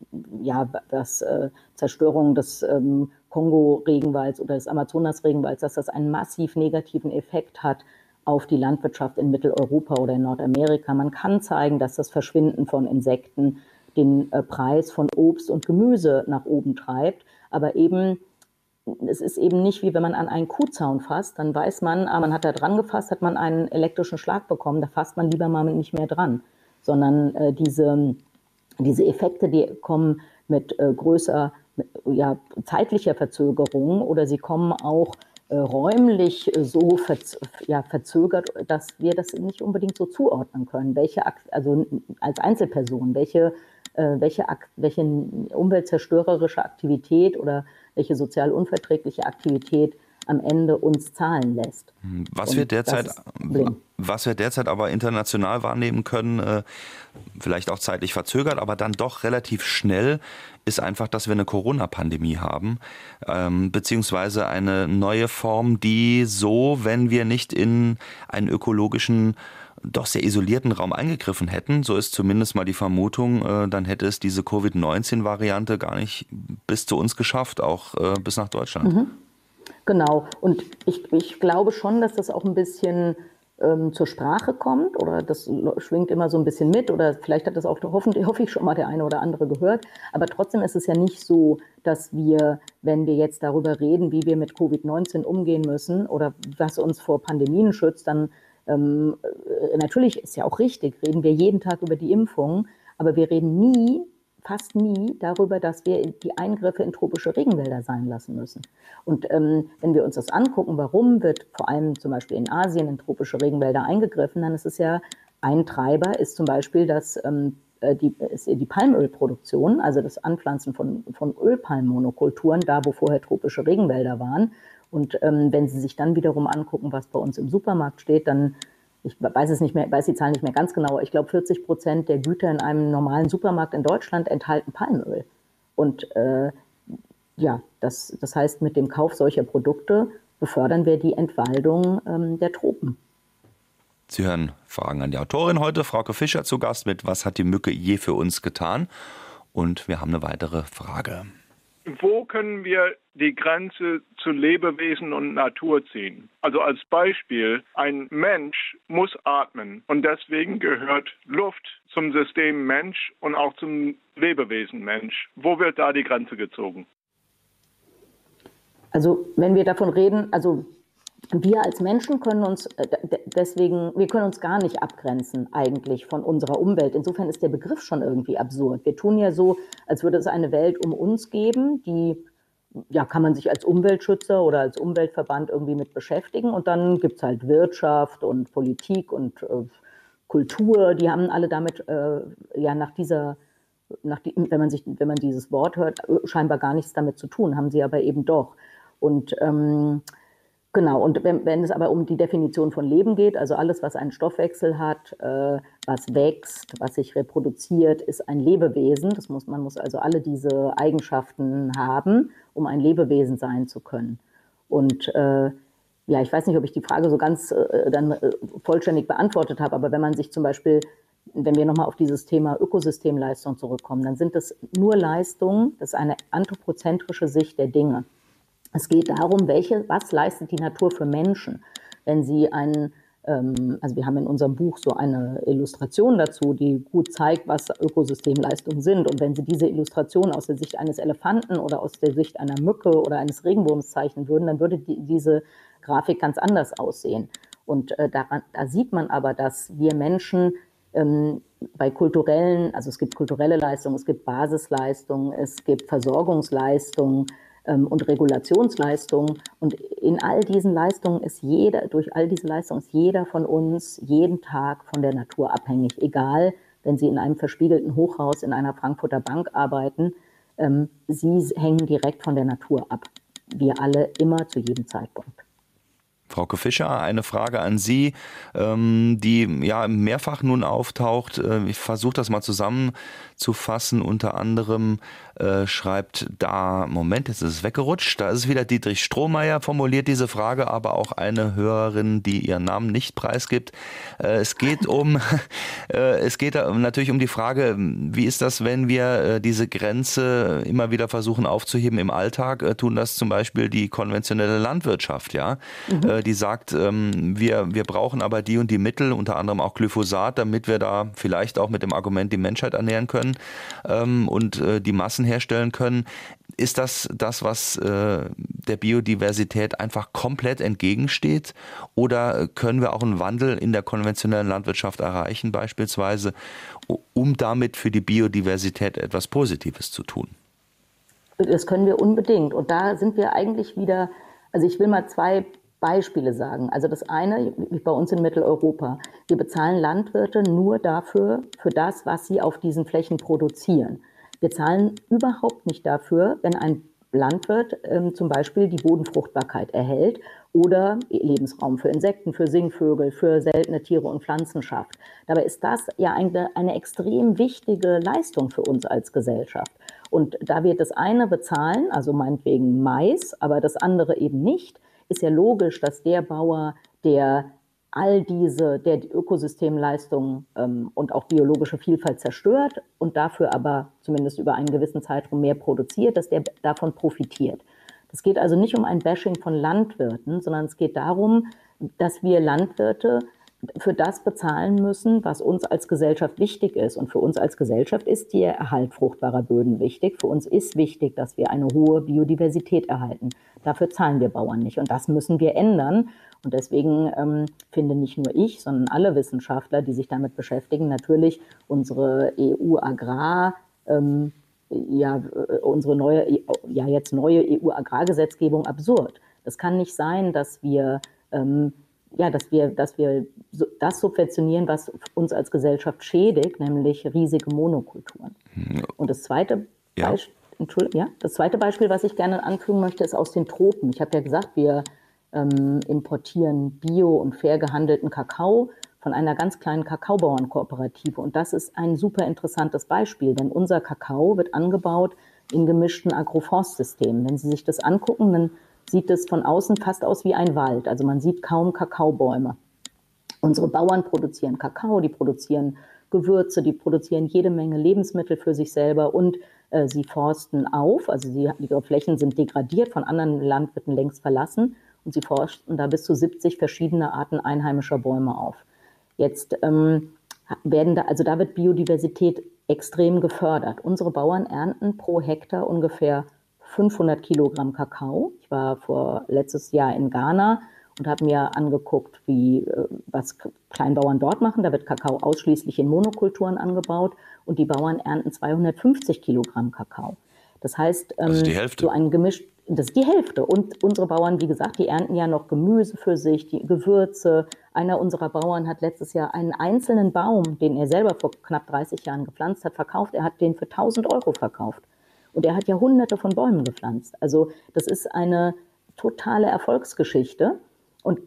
ja, dass äh, Zerstörung des ähm, Kongo-Regenwalds oder des Amazonas-Regenwalds, dass das einen massiv negativen Effekt hat auf die Landwirtschaft in Mitteleuropa oder in Nordamerika. Man kann zeigen, dass das Verschwinden von Insekten den äh, Preis von Obst und Gemüse nach oben treibt. Aber eben, es ist eben nicht wie wenn man an einen Kuhzaun fasst, dann weiß man, ah, man hat da dran gefasst, hat man einen elektrischen Schlag bekommen, da fasst man lieber mal nicht mehr dran. Sondern äh, diese, diese Effekte, die kommen mit äh, größer ja, zeitlicher Verzögerung oder sie kommen auch äh, räumlich äh, so verz- ja, verzögert, dass wir das nicht unbedingt so zuordnen können. Welche, Akt- also als Einzelperson, welche, äh, welche, Akt- welche umweltzerstörerische Aktivität oder welche sozial unverträgliche Aktivität am Ende uns zahlen lässt. Was wir derzeit, was wir derzeit aber international wahrnehmen können, äh, vielleicht auch zeitlich verzögert, aber dann doch relativ schnell, ist einfach, dass wir eine Corona-Pandemie haben, ähm, beziehungsweise eine neue Form, die so, wenn wir nicht in einen ökologischen, doch sehr isolierten Raum eingegriffen hätten, so ist zumindest mal die Vermutung, äh, dann hätte es diese Covid neunzehn Variante gar nicht bis zu uns geschafft, auch äh, bis nach Deutschland. Mhm. Genau. Und ich, ich glaube schon, dass das auch ein bisschen ähm, zur Sprache kommt oder das schwingt immer so ein bisschen mit oder vielleicht hat das auch, hoffentlich, hoffe ich, schon mal der eine oder andere gehört. Aber trotzdem ist es ja nicht so, dass wir, wenn wir jetzt darüber reden, wie wir mit Covid neunzehn umgehen müssen oder was uns vor Pandemien schützt, dann ähm, natürlich ist ja auch richtig, reden wir jeden Tag über die Impfung, aber wir reden nie fast nie darüber, dass wir die Eingriffe in tropische Regenwälder sein lassen müssen. Und ähm, wenn wir uns das angucken, warum wird vor allem zum Beispiel in Asien in tropische Regenwälder eingegriffen, dann ist es ja, ein Treiber ist zum Beispiel, dass ähm, die, ist die Palmölproduktion, also das Anpflanzen von, von Ölpalmmonokulturen, da wo vorher tropische Regenwälder waren. Und ähm, wenn Sie sich dann wiederum angucken, was bei uns im Supermarkt steht, dann ich weiß es nicht mehr, weiß die Zahlen nicht mehr ganz genau, ich glaube vierzig Prozent der Güter in einem normalen Supermarkt in Deutschland enthalten Palmöl. Und äh, ja, das, das heißt, mit dem Kauf solcher Produkte befördern wir die Entwaldung ähm, der Tropen. Sie hören Fragen an die Autorin heute, Frauke Fischer zu Gast mit Was hat die Mücke je für uns getan? Und wir haben eine weitere Frage. wo können wir die Grenze zu Lebewesen und Natur ziehen? Also als Beispiel, ein Mensch muss atmen und deswegen gehört Luft zum System Mensch und auch zum Lebewesen Mensch. Wo wird da die Grenze gezogen? Also wenn wir davon reden, also wir als Menschen können uns deswegen, wir können uns gar nicht abgrenzen eigentlich von unserer Umwelt. Insofern ist der Begriff schon irgendwie absurd. Wir tun ja so, als würde es eine Welt um uns geben, die, ja, kann man sich als Umweltschützer oder als Umweltverband irgendwie mit beschäftigen. Und dann gibt es halt Wirtschaft und Politik und äh, Kultur, die haben alle damit, äh, ja, nach dieser, nach die, wenn man sich, wenn man dieses Wort hört, scheinbar gar nichts damit zu tun, haben sie aber eben doch. Und ähm, Genau, und wenn, wenn es aber um die Definition von Leben geht, also alles, was einen Stoffwechsel hat, äh, was wächst, was sich reproduziert, ist ein Lebewesen. Das muss, man muss also alle diese Eigenschaften haben, um ein Lebewesen sein zu können. Und äh, ja, ich weiß nicht, ob ich die Frage so ganz äh, dann äh, vollständig beantwortet habe, aber wenn man sich zum Beispiel, wenn wir nochmal auf dieses Thema Ökosystemleistung zurückkommen, dann sind das nur Leistungen, das ist eine anthropozentrische Sicht der Dinge. Es geht darum, welche, was leistet die Natur für Menschen. Wenn sie einen, ähm, also wir haben in unserem Buch so eine Illustration dazu, die gut zeigt, was Ökosystemleistungen sind. Und wenn Sie diese Illustration aus der Sicht eines Elefanten oder aus der Sicht einer Mücke oder eines Regenwurms zeichnen würden, dann würde die, diese Grafik ganz anders aussehen. Und äh, daran, da sieht man aber, dass wir Menschen ähm, bei kulturellen, also es gibt kulturelle Leistungen, es gibt Basisleistungen, es gibt Versorgungsleistungen, und Regulationsleistungen. Und in all diesen Leistungen ist jeder, durch all diese Leistungen ist jeder von uns jeden Tag von der Natur abhängig. Egal, wenn Sie in einem verspiegelten Hochhaus in einer Frankfurter Bank arbeiten, ähm, Sie hängen direkt von der Natur ab. Wir alle immer zu jedem Zeitpunkt. Frauke Fischer, eine Frage an Sie, ähm, die ja mehrfach nun auftaucht. Ich versuche das mal zusammenzufassen. Unter anderem äh, schreibt da, Moment, jetzt ist es weggerutscht, da ist es wieder Dietrich Strohmeier, formuliert diese Frage, aber auch eine Hörerin, die ihren Namen nicht preisgibt. Äh, es geht um, äh, es geht natürlich um die Frage, wie ist das, wenn wir äh, diese Grenze immer wieder versuchen aufzuheben im Alltag? Äh, tun das zum Beispiel die konventionelle Landwirtschaft, ja? Mhm. Die sagt, wir, wir brauchen aber die und die Mittel, unter anderem auch Glyphosat, damit wir da vielleicht auch mit dem Argument die Menschheit ernähren können und die Massen herstellen können. Ist das das, was der Biodiversität einfach komplett entgegensteht? Oder können wir auch einen Wandel in der konventionellen Landwirtschaft erreichen, beispielsweise, um damit für die Biodiversität etwas Positives zu tun? Das können wir unbedingt. Und da sind wir eigentlich wieder, also ich will mal zwei Beispiele sagen. Also das eine, bei uns in Mitteleuropa, wir bezahlen Landwirte nur dafür, für das, was sie auf diesen Flächen produzieren. Wir zahlen überhaupt nicht dafür, wenn ein Landwirt ähm, zum Beispiel die Bodenfruchtbarkeit erhält oder Lebensraum für Insekten, für Singvögel, für seltene Tiere und Pflanzen schafft. Dabei ist das ja eine, eine extrem wichtige Leistung für uns als Gesellschaft. Und da wir das eine bezahlen, also meinetwegen Mais, aber das andere eben nicht, ist ja logisch, dass der Bauer, der all diese, der die Ökosystemleistungen ähm, und auch biologische Vielfalt zerstört und dafür aber zumindest über einen gewissen Zeitraum mehr produziert, dass der davon profitiert. Es geht also nicht um ein Bashing von Landwirten, sondern es geht darum, dass wir Landwirte für das bezahlen müssen, was uns als Gesellschaft wichtig ist. Und für uns als Gesellschaft ist der Erhalt fruchtbarer Böden wichtig. Für uns ist wichtig, dass wir eine hohe Biodiversität erhalten. Dafür zahlen wir Bauern nicht. Und das müssen wir ändern. Und deswegen ähm, finde nicht nur ich, sondern alle Wissenschaftler, die sich damit beschäftigen, natürlich unsere E U-Agrar, ähm, ja, unsere neue, ja, jetzt neue E U-Agrargesetzgebung absurd. Es kann nicht sein, dass wir ähm, Ja, dass wir, dass wir das subventionieren, was uns als Gesellschaft schädigt, nämlich riesige Monokulturen. Und das zweite, ja. Beisp- Entschuldigung, ja, das zweite Beispiel, was ich gerne anfügen möchte, ist aus den Tropen. Ich habe ja gesagt, wir ähm, importieren bio- und fair gehandelten Kakao von einer ganz kleinen Kakaobauernkooperative. Und das ist ein super interessantes Beispiel, denn unser Kakao wird angebaut in gemischten Agroforstsystemen. Wenn Sie sich das angucken, dann sieht es von außen fast aus wie ein Wald. Also man sieht kaum Kakaobäume. Unsere Bauern produzieren Kakao, die produzieren Gewürze, die produzieren jede Menge Lebensmittel für sich selber und Äh, sie forsten auf, also sie, ihre Flächen sind degradiert, von anderen Landwirten längst verlassen und sie forsten da bis zu siebzig verschiedene Arten einheimischer Bäume auf. Jetzt ähm, werden da, also da wird Biodiversität extrem gefördert. Unsere Bauern ernten pro Hektar ungefähr fünfhundert Kilogramm Kakao. Ich war vor letztes Jahr in Ghana und habe mir angeguckt, wie, was Kleinbauern dort machen. Da wird Kakao ausschließlich in Monokulturen angebaut und die Bauern ernten zweihundertfünfzig Kilogramm Kakao. Das heißt, ähm, also die Hälfte. so ein Gemisch, das ist die Hälfte. Und unsere Bauern, wie gesagt, die ernten ja noch Gemüse für sich, die Gewürze. Einer unserer Bauern hat letztes Jahr einen einzelnen Baum, den er selber vor knapp dreißig Jahren gepflanzt hat, verkauft. Er hat den für tausend Euro verkauft. Und er hat ja hunderte von Bäumen gepflanzt. Also das ist eine totale Erfolgsgeschichte. Und,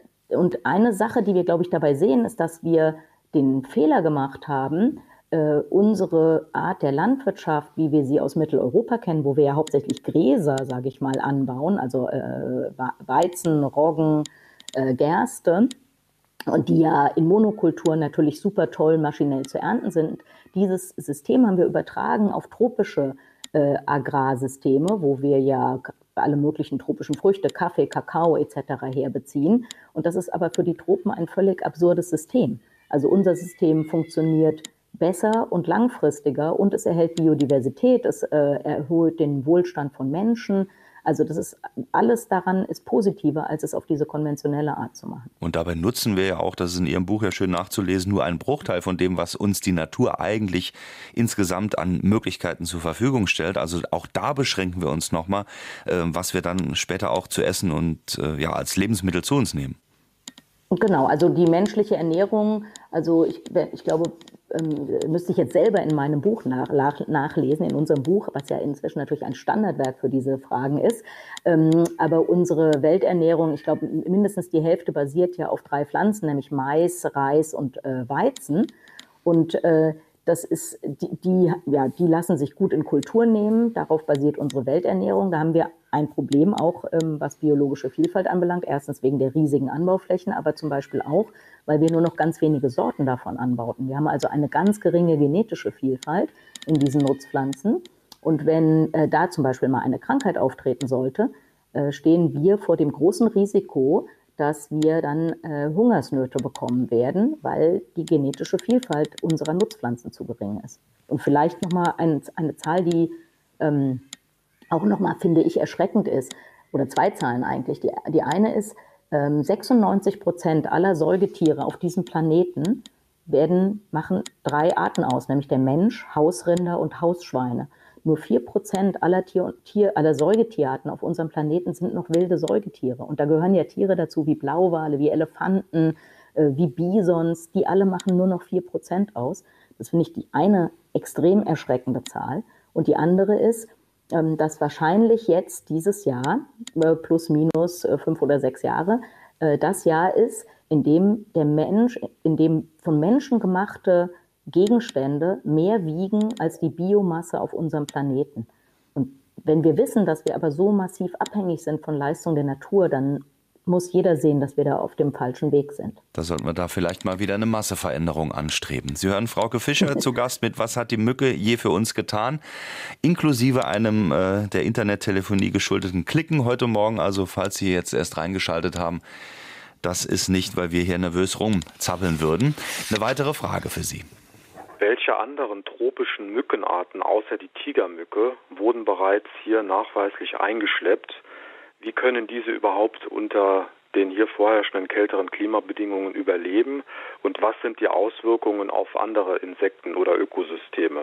und eine Sache, die wir, glaube ich, dabei sehen, ist, dass wir den Fehler gemacht haben, äh, unsere Art der Landwirtschaft, wie wir sie aus Mitteleuropa kennen, wo wir ja hauptsächlich Gräser, sage ich mal, anbauen, also äh, Weizen, Roggen, äh, Gerste, und die ja in Monokulturen natürlich super toll maschinell zu ernten sind. Dieses System haben wir übertragen auf tropische äh, Agrarsysteme, wo wir ja alle möglichen tropischen Früchte, Kaffee, Kakao et cetera herbeziehen. Und das ist aber für die Tropen ein völlig absurdes System. Also unser System funktioniert besser und langfristiger und es erhält Biodiversität, es äh, erhöht den Wohlstand von Menschen. Also das ist alles daran ist positiver, als es auf diese konventionelle Art zu machen. Und dabei nutzen wir ja auch, das ist in Ihrem Buch ja schön nachzulesen, nur einen Bruchteil von dem, was uns die Natur eigentlich insgesamt an Möglichkeiten zur Verfügung stellt. Also auch da beschränken wir uns nochmal, äh, was wir dann später auch zu essen und äh, ja als Lebensmittel zu uns nehmen. Genau, also die menschliche Ernährung, also ich, ich glaube, ähm, müsste ich jetzt selber in meinem Buch nach, nach, nachlesen, in unserem Buch, was ja inzwischen natürlich ein Standardwerk für diese Fragen ist. Ähm, aber unsere Welternährung, ich glaube, mindestens die Hälfte basiert ja auf drei Pflanzen, nämlich Mais, Reis und äh, Weizen. Und äh, das ist, die, die, ja, die lassen sich gut in Kultur nehmen. Darauf basiert unsere Welternährung. Da haben wir ein Problem auch, ähm, was biologische Vielfalt anbelangt. Erstens wegen der riesigen Anbauflächen, aber zum Beispiel auch, weil wir nur noch ganz wenige Sorten davon anbauten. Wir haben also eine ganz geringe genetische Vielfalt in diesen Nutzpflanzen. Und wenn äh, da zum Beispiel mal eine Krankheit auftreten sollte, äh, stehen wir vor dem großen Risiko, dass wir dann äh, Hungersnöte bekommen werden, weil die genetische Vielfalt unserer Nutzpflanzen zu gering ist. Und vielleicht nochmal ein, eine Zahl, die ähm, auch nochmal, finde ich, erschreckend ist, oder zwei Zahlen eigentlich. Die, die eine ist, ähm, sechsundneunzig Prozent aller Säugetiere auf diesem Planeten werden, machen drei Arten aus, nämlich der Mensch, Hausrinder und Hausschweine. Nur vier Prozent aller, Tier, Tier, aller Säugetierarten auf unserem Planeten sind noch wilde Säugetiere. Und da gehören ja Tiere dazu wie Blauwale, wie Elefanten, äh, wie Bisons. Die alle machen nur noch vier Prozent aus. Das finde ich die eine extrem erschreckende Zahl. Und die andere ist, ähm, dass wahrscheinlich jetzt dieses Jahr, äh, plus minus äh, fünf oder sechs Jahre, äh, das Jahr ist, in dem der Mensch, in dem von Menschen gemachte Gegenstände mehr wiegen als die Biomasse auf unserem Planeten. Und wenn wir wissen, dass wir aber so massiv abhängig sind von Leistung der Natur, dann muss jeder sehen, dass wir da auf dem falschen Weg sind. Da sollten wir da vielleicht mal wieder eine Masseveränderung anstreben. Sie hören Frauke Fischer zu Gast mit Was hat die Mücke je für uns getan? Inklusive einem äh, der Internettelefonie geschuldeten Klicken heute Morgen. Also falls Sie jetzt erst reingeschaltet haben, das ist nicht, weil wir hier nervös rumzappeln würden. Eine weitere Frage für Sie. Welche anderen tropischen Mückenarten außer die Tigermücke wurden bereits hier nachweislich eingeschleppt? Wie können diese überhaupt unter den hier vorherrschenden kälteren Klimabedingungen überleben? Und was sind die Auswirkungen auf andere Insekten oder Ökosysteme?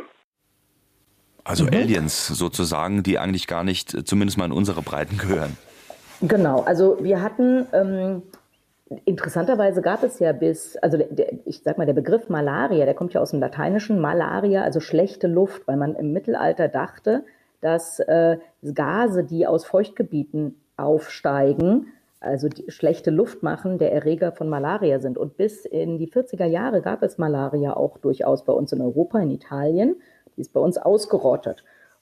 Also mhm. Aliens sozusagen, die eigentlich gar nicht, zumindest mal in unsere Breiten gehören. Genau, also wir hatten... Ähm Interessanterweise gab es ja bis, also der, der, ich sag mal, der Begriff Malaria, der kommt ja aus dem Lateinischen, Malaria, also schlechte Luft, weil man im Mittelalter dachte, dass äh, Gase, die aus Feuchtgebieten aufsteigen, also die schlechte Luft machen, der Erreger von Malaria sind. Und bis in die vierziger Jahre gab es Malaria auch durchaus bei uns in Europa, in Italien. Die ist bei uns ausgerottet.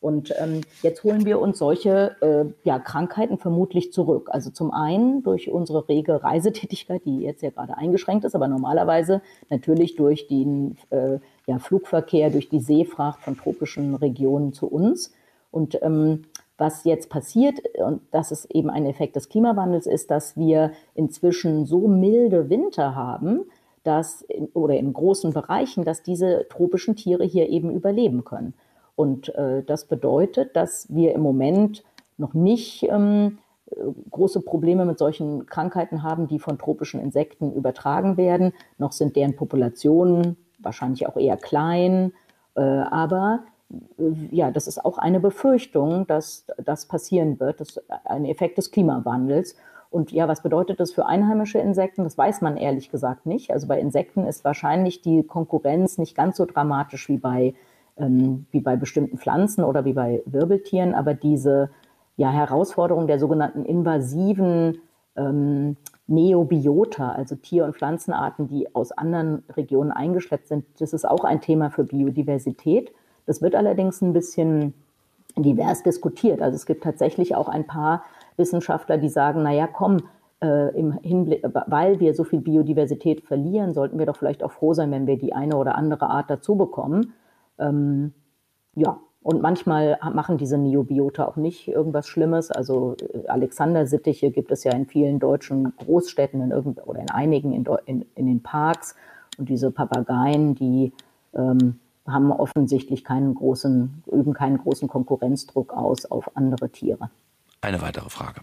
Und ähm, jetzt holen wir uns solche äh, ja, Krankheiten vermutlich zurück. Also zum einen durch unsere rege Reisetätigkeit, die jetzt ja gerade eingeschränkt ist, aber normalerweise natürlich durch den äh, ja, Flugverkehr, durch die Seefracht von tropischen Regionen zu uns. Und ähm, was jetzt passiert, und das ist eben ein Effekt des Klimawandels, ist, dass wir inzwischen so milde Winter haben, dass in, oder in großen Bereichen, dass diese tropischen Tiere hier eben überleben können. Und äh, das bedeutet, dass wir im Moment noch nicht ähm, große Probleme mit solchen Krankheiten haben, die von tropischen Insekten übertragen werden. Noch sind deren Populationen wahrscheinlich auch eher klein. Äh, aber äh, ja, das ist auch eine Befürchtung, dass das passieren wird. Das ist ein Effekt des Klimawandels. Und ja, was bedeutet das für einheimische Insekten? Das weiß man ehrlich gesagt nicht. Also bei Insekten ist wahrscheinlich die Konkurrenz nicht ganz so dramatisch wie bei wie bei bestimmten Pflanzen oder wie bei Wirbeltieren, aber diese ja, Herausforderung der sogenannten invasiven ähm, Neobiota, also Tier- und Pflanzenarten, die aus anderen Regionen eingeschleppt sind, das ist auch ein Thema für Biodiversität. Das wird allerdings ein bisschen divers diskutiert. Also es gibt tatsächlich auch ein paar Wissenschaftler, die sagen, naja, komm, äh, im Hinblick, weil wir so viel Biodiversität verlieren, sollten wir doch vielleicht auch froh sein, wenn wir die eine oder andere Art dazu bekommen. Ähm, ja, und manchmal machen diese Neobiota auch nicht irgendwas Schlimmes. Also äh, Alexandersittiche gibt es ja in vielen deutschen Großstädten in irgend, oder in einigen in, in, in den Parks. Und diese Papageien, die ähm, haben offensichtlich keinen großen, üben keinen großen Konkurrenzdruck aus auf andere Tiere. Eine weitere Frage.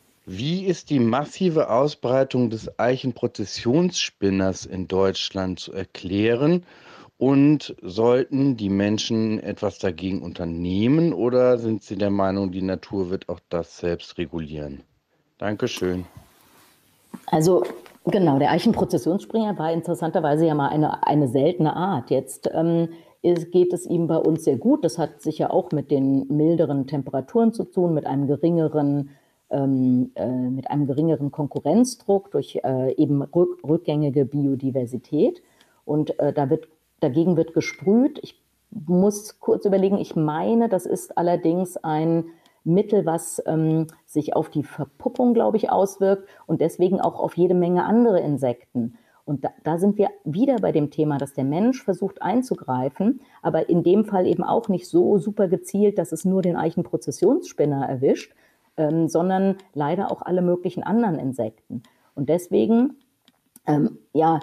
Wie ist die massive Ausbreitung des Eichenprozessionsspinners in Deutschland zu erklären? Und sollten die Menschen etwas dagegen unternehmen oder sind Sie der Meinung, die Natur wird auch das selbst regulieren? Dankeschön. Also genau, der Eichenprozessionsspringer war interessanterweise ja mal eine, eine seltene Art. Jetzt ähm, ist, geht es ihm bei uns sehr gut. Das hat sicher auch mit den milderen Temperaturen zu tun, mit einem geringeren, ähm, äh, mit einem geringeren Konkurrenzdruck durch äh, eben rück, rückgängige Biodiversität. Und äh, da wird Dagegen wird gesprüht. Ich muss kurz überlegen, ich meine, das ist allerdings ein Mittel, was ähm, sich auf die Verpuppung, glaube ich, auswirkt und deswegen auch auf jede Menge andere Insekten. Und da, da sind wir wieder bei dem Thema, dass der Mensch versucht einzugreifen, aber in dem Fall eben auch nicht so super gezielt, dass es nur den Eichenprozessionsspinner erwischt, ähm, sondern leider auch alle möglichen anderen Insekten. Und deswegen, ähm, ja,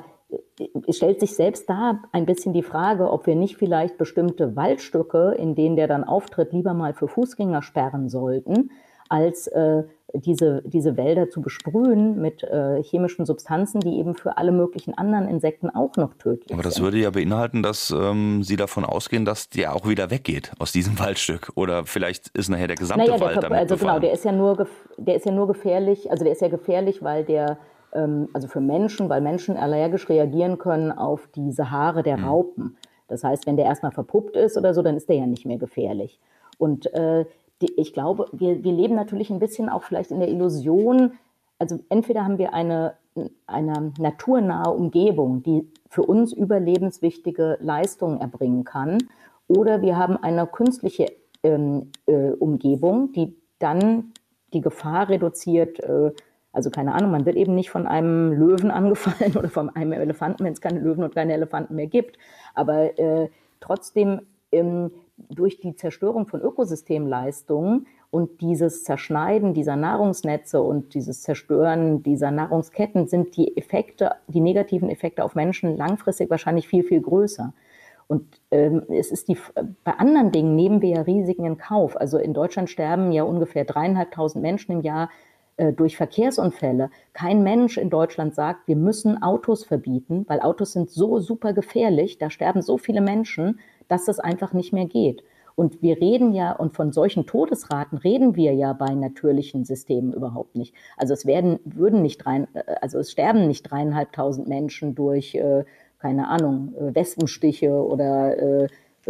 es stellt sich selbst da ein bisschen die Frage, ob wir nicht vielleicht bestimmte Waldstücke, in denen der dann auftritt, lieber mal für Fußgänger sperren sollten, als äh, diese, diese Wälder zu besprühen mit äh, chemischen Substanzen, die eben für alle möglichen anderen Insekten auch noch tödlich sind. Aber das würde ja beinhalten, dass ähm, Sie davon ausgehen, dass der auch wieder weggeht aus diesem Waldstück. Oder vielleicht ist nachher der gesamte naja, Wald der, damit also befallen. Genau, der ist ja nur, der ist ja nur gefährlich, also der ist ja gefährlich, weil der also für Menschen, weil Menschen allergisch reagieren können auf diese Haare der Raupen. Das heißt, wenn der erstmal verpuppt ist oder so, dann ist der ja nicht mehr gefährlich. Und äh, die, ich glaube, wir, wir leben natürlich ein bisschen auch vielleicht in der Illusion, also entweder haben wir eine, eine naturnahe Umgebung, die für uns überlebenswichtige Leistungen erbringen kann, oder wir haben eine künstliche ähm, äh, Umgebung, die dann die Gefahr reduziert, äh, also keine Ahnung, man wird eben nicht von einem Löwen angefallen oder von einem Elefanten, wenn es keine Löwen und keine Elefanten mehr gibt. Aber äh, trotzdem ähm, durch die Zerstörung von Ökosystemleistungen und dieses Zerschneiden dieser Nahrungsnetze und dieses Zerstören dieser Nahrungsketten sind die Effekte, die negativen Effekte auf Menschen langfristig wahrscheinlich viel, viel größer. Und ähm, es ist die, bei anderen Dingen nehmen wir ja Risiken in Kauf. Also in Deutschland sterben ja ungefähr dreieinhalbtausend Menschen im Jahr durch Verkehrsunfälle. Kein Mensch in Deutschland sagt, wir müssen Autos verbieten, weil Autos sind so super gefährlich, da sterben so viele Menschen, dass das einfach nicht mehr geht. Und wir reden ja, und von solchen Todesraten reden wir ja bei natürlichen Systemen überhaupt nicht. Also es werden, würden nicht rein, also es sterben nicht dreieinhalbtausend Menschen durch, äh, keine Ahnung, Wespenstiche oder äh,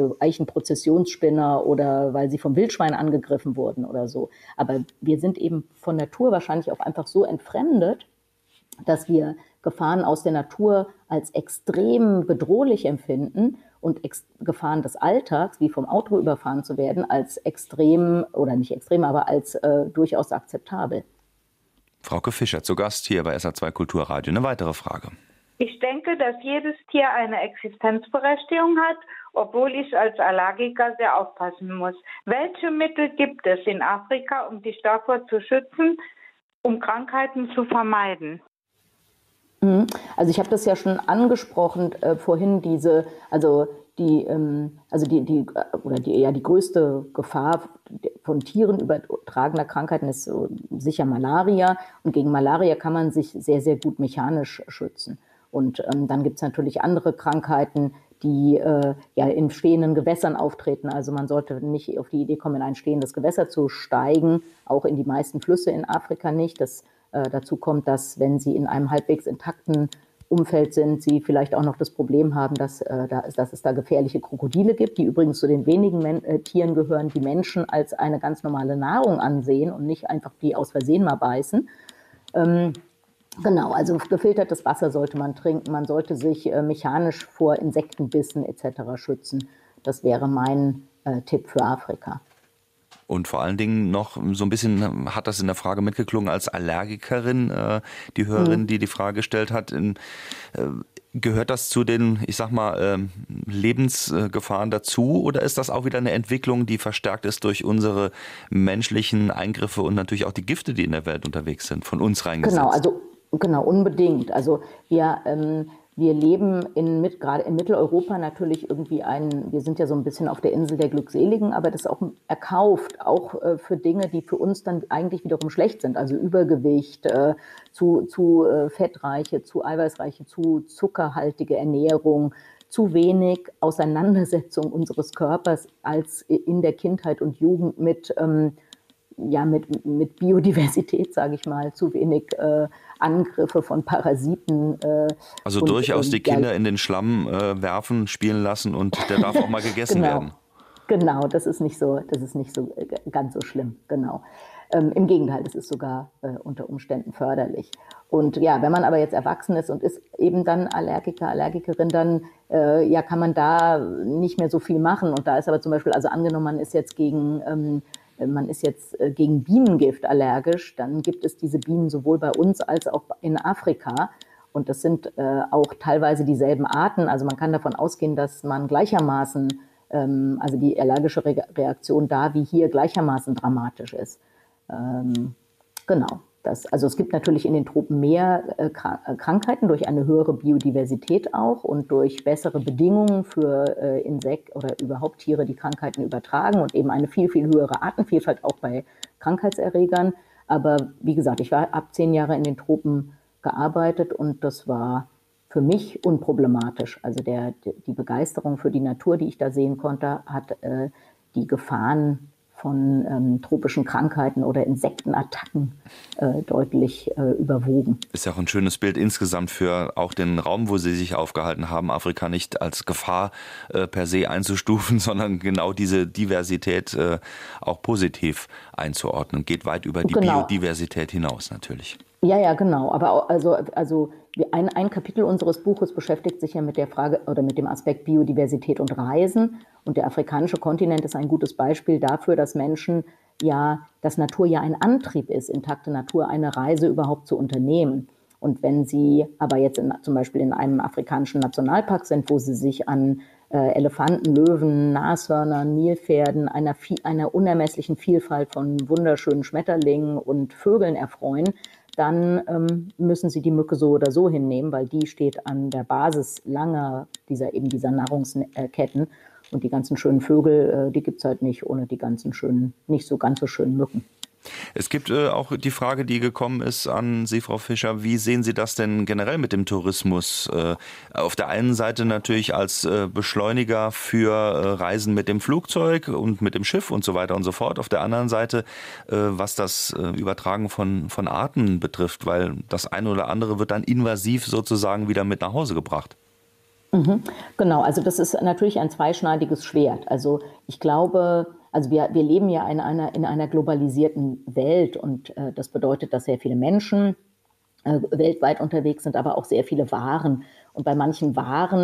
Eichenprozessionsspinner oder weil sie vom Wildschwein angegriffen wurden oder so. Aber wir sind eben von Natur wahrscheinlich auch einfach so entfremdet, dass wir Gefahren aus der Natur als extrem bedrohlich empfinden und Ex- Gefahren des Alltags, wie vom Auto überfahren zu werden, als extrem oder nicht extrem, aber als äh, durchaus akzeptabel. Frauke Fischer zu Gast hier bei S R zwei Kulturradio. Eine weitere Frage. Ich denke, dass jedes Tier eine Existenzberechtigung hat, obwohl ich als Allergiker sehr aufpassen muss. Welche Mittel gibt es in Afrika, um dich davor zu schützen, um Krankheiten zu vermeiden? Also ich habe das ja schon angesprochen äh, vorhin, diese, also die, ähm, also die, die oder die eher die größte Gefahr von Tieren übertragener Krankheiten ist so sicher Malaria. Und gegen Malaria kann man sich sehr, sehr gut mechanisch schützen. Und ähm, dann gibt es natürlich andere Krankheiten, die äh, ja in stehenden Gewässern auftreten. Also man sollte nicht auf die Idee kommen, in ein stehendes Gewässer zu steigen, auch in die meisten Flüsse in Afrika nicht. Das, äh, dazu kommt, dass wenn sie in einem halbwegs intakten Umfeld sind, sie vielleicht auch noch das Problem haben, dass, äh, da, dass es da gefährliche Krokodile gibt, die übrigens zu den wenigen Men- äh, Tieren gehören, die Menschen als eine ganz normale Nahrung ansehen und nicht einfach die aus Versehen mal beißen. Ähm, Genau, also gefiltertes Wasser sollte man trinken. Man sollte sich äh, mechanisch vor Insektenbissen et cetera schützen. Das wäre mein äh, Tipp für Afrika. Und vor allen Dingen noch so ein bisschen hat das in der Frage mitgeklungen als Allergikerin, äh, die Hörerin, mhm. die die Frage gestellt hat. In, äh, gehört das zu den, ich sag mal, äh, Lebensgefahren dazu oder ist das auch wieder eine Entwicklung, die verstärkt ist durch unsere menschlichen Eingriffe und natürlich auch die Gifte, die in der Welt unterwegs sind, von uns reingesetzt? Genau, also Genau, unbedingt. Also wir, ähm, wir leben in, mit, gerade in Mitteleuropa natürlich irgendwie ein, wir sind ja so ein bisschen auf der Insel der Glückseligen, aber das ist auch erkauft, auch äh, für Dinge, die für uns dann eigentlich wiederum schlecht sind. Also Übergewicht, äh, zu, zu äh, fettreiche, zu eiweißreiche, zu zuckerhaltige Ernährung, zu wenig Auseinandersetzung unseres Körpers als in der Kindheit und Jugend mit ähm, ja, mit, mit Biodiversität, sage ich mal, zu wenig äh, Angriffe von Parasiten. Äh, also und, durchaus ähm, die Kinder ja, in den Schlamm äh, werfen, spielen lassen und der darf auch mal gegessen genau, werden. Genau, das ist nicht so, das ist nicht so äh, ganz so schlimm, genau. Ähm, Im Gegenteil, das ist sogar äh, unter Umständen förderlich. Und ja, wenn man aber jetzt erwachsen ist und ist eben dann Allergiker, Allergikerin, dann äh, ja, kann man da nicht mehr so viel machen. Und da ist aber zum Beispiel, also angenommen, man ist jetzt gegen ähm, man ist jetzt gegen Bienengift allergisch, dann gibt es diese Bienen sowohl bei uns als auch in Afrika. Und das sind äh, auch teilweise dieselben Arten. Also man kann davon ausgehen, dass man gleichermaßen, ähm, also die allergische Re- Reaktion da wie hier gleichermaßen dramatisch ist. Ähm, genau. Das, also es gibt natürlich in den Tropen mehr äh, Krankheiten durch eine höhere Biodiversität auch und durch bessere Bedingungen für äh, Insekten oder überhaupt Tiere, die Krankheiten übertragen und eben eine viel, viel höhere Artenvielfalt auch bei Krankheitserregern. Aber wie gesagt, ich war ab zehn Jahre in den Tropen gearbeitet und das war für mich unproblematisch. Also der, die Begeisterung für die Natur, die ich da sehen konnte, hat äh, die Gefahren von ähm, tropischen Krankheiten oder Insektenattacken äh, deutlich äh, überwogen. Ist ja auch ein schönes Bild insgesamt für auch den Raum, wo Sie sich aufgehalten haben, Afrika nicht als Gefahr äh, per se einzustufen, sondern genau diese Diversität äh, auch positiv einzuordnen. Geht weit über die genau. Biodiversität hinaus natürlich. Ja, ja, genau. Aber auch, also, also ein, ein Kapitel unseres Buches beschäftigt sich ja mit der Frage oder mit dem Aspekt Biodiversität und Reisen. Und der afrikanische Kontinent ist ein gutes Beispiel dafür, dass Menschen ja, dass Natur ja ein Antrieb ist, intakte Natur, eine Reise überhaupt zu unternehmen. Und wenn Sie aber jetzt in, zum Beispiel in einem afrikanischen Nationalpark sind, wo Sie sich an äh, Elefanten, Löwen, Nashörnern, Nilpferden, einer, einer unermesslichen Vielfalt von wunderschönen Schmetterlingen und Vögeln erfreuen, dann ähm, müssen Sie die Mücke so oder so hinnehmen, weil die steht an der Basis langer dieser, eben dieser Nahrungsketten. Und die ganzen schönen Vögel, äh, die gibt es halt nicht ohne die ganzen schönen, nicht so ganz so schönen Mücken. Es gibt äh, auch die Frage, die gekommen ist an Sie, Frau Fischer. Wie sehen Sie das denn generell mit dem Tourismus? Äh, auf der einen Seite natürlich als äh, Beschleuniger für äh, Reisen mit dem Flugzeug und mit dem Schiff und so weiter und so fort. Auf der anderen Seite, äh, was das äh, Übertragen von, von Arten betrifft, weil das eine oder andere wird dann invasiv sozusagen wieder mit nach Hause gebracht. Mhm, genau, also das ist natürlich ein zweischneidiges Schwert. Also ich glaube, also wir, wir leben ja in einer, in einer globalisierten Welt und äh, das bedeutet, dass sehr viele Menschen äh, weltweit unterwegs sind, aber auch sehr viele Waren. Und bei manchen Waren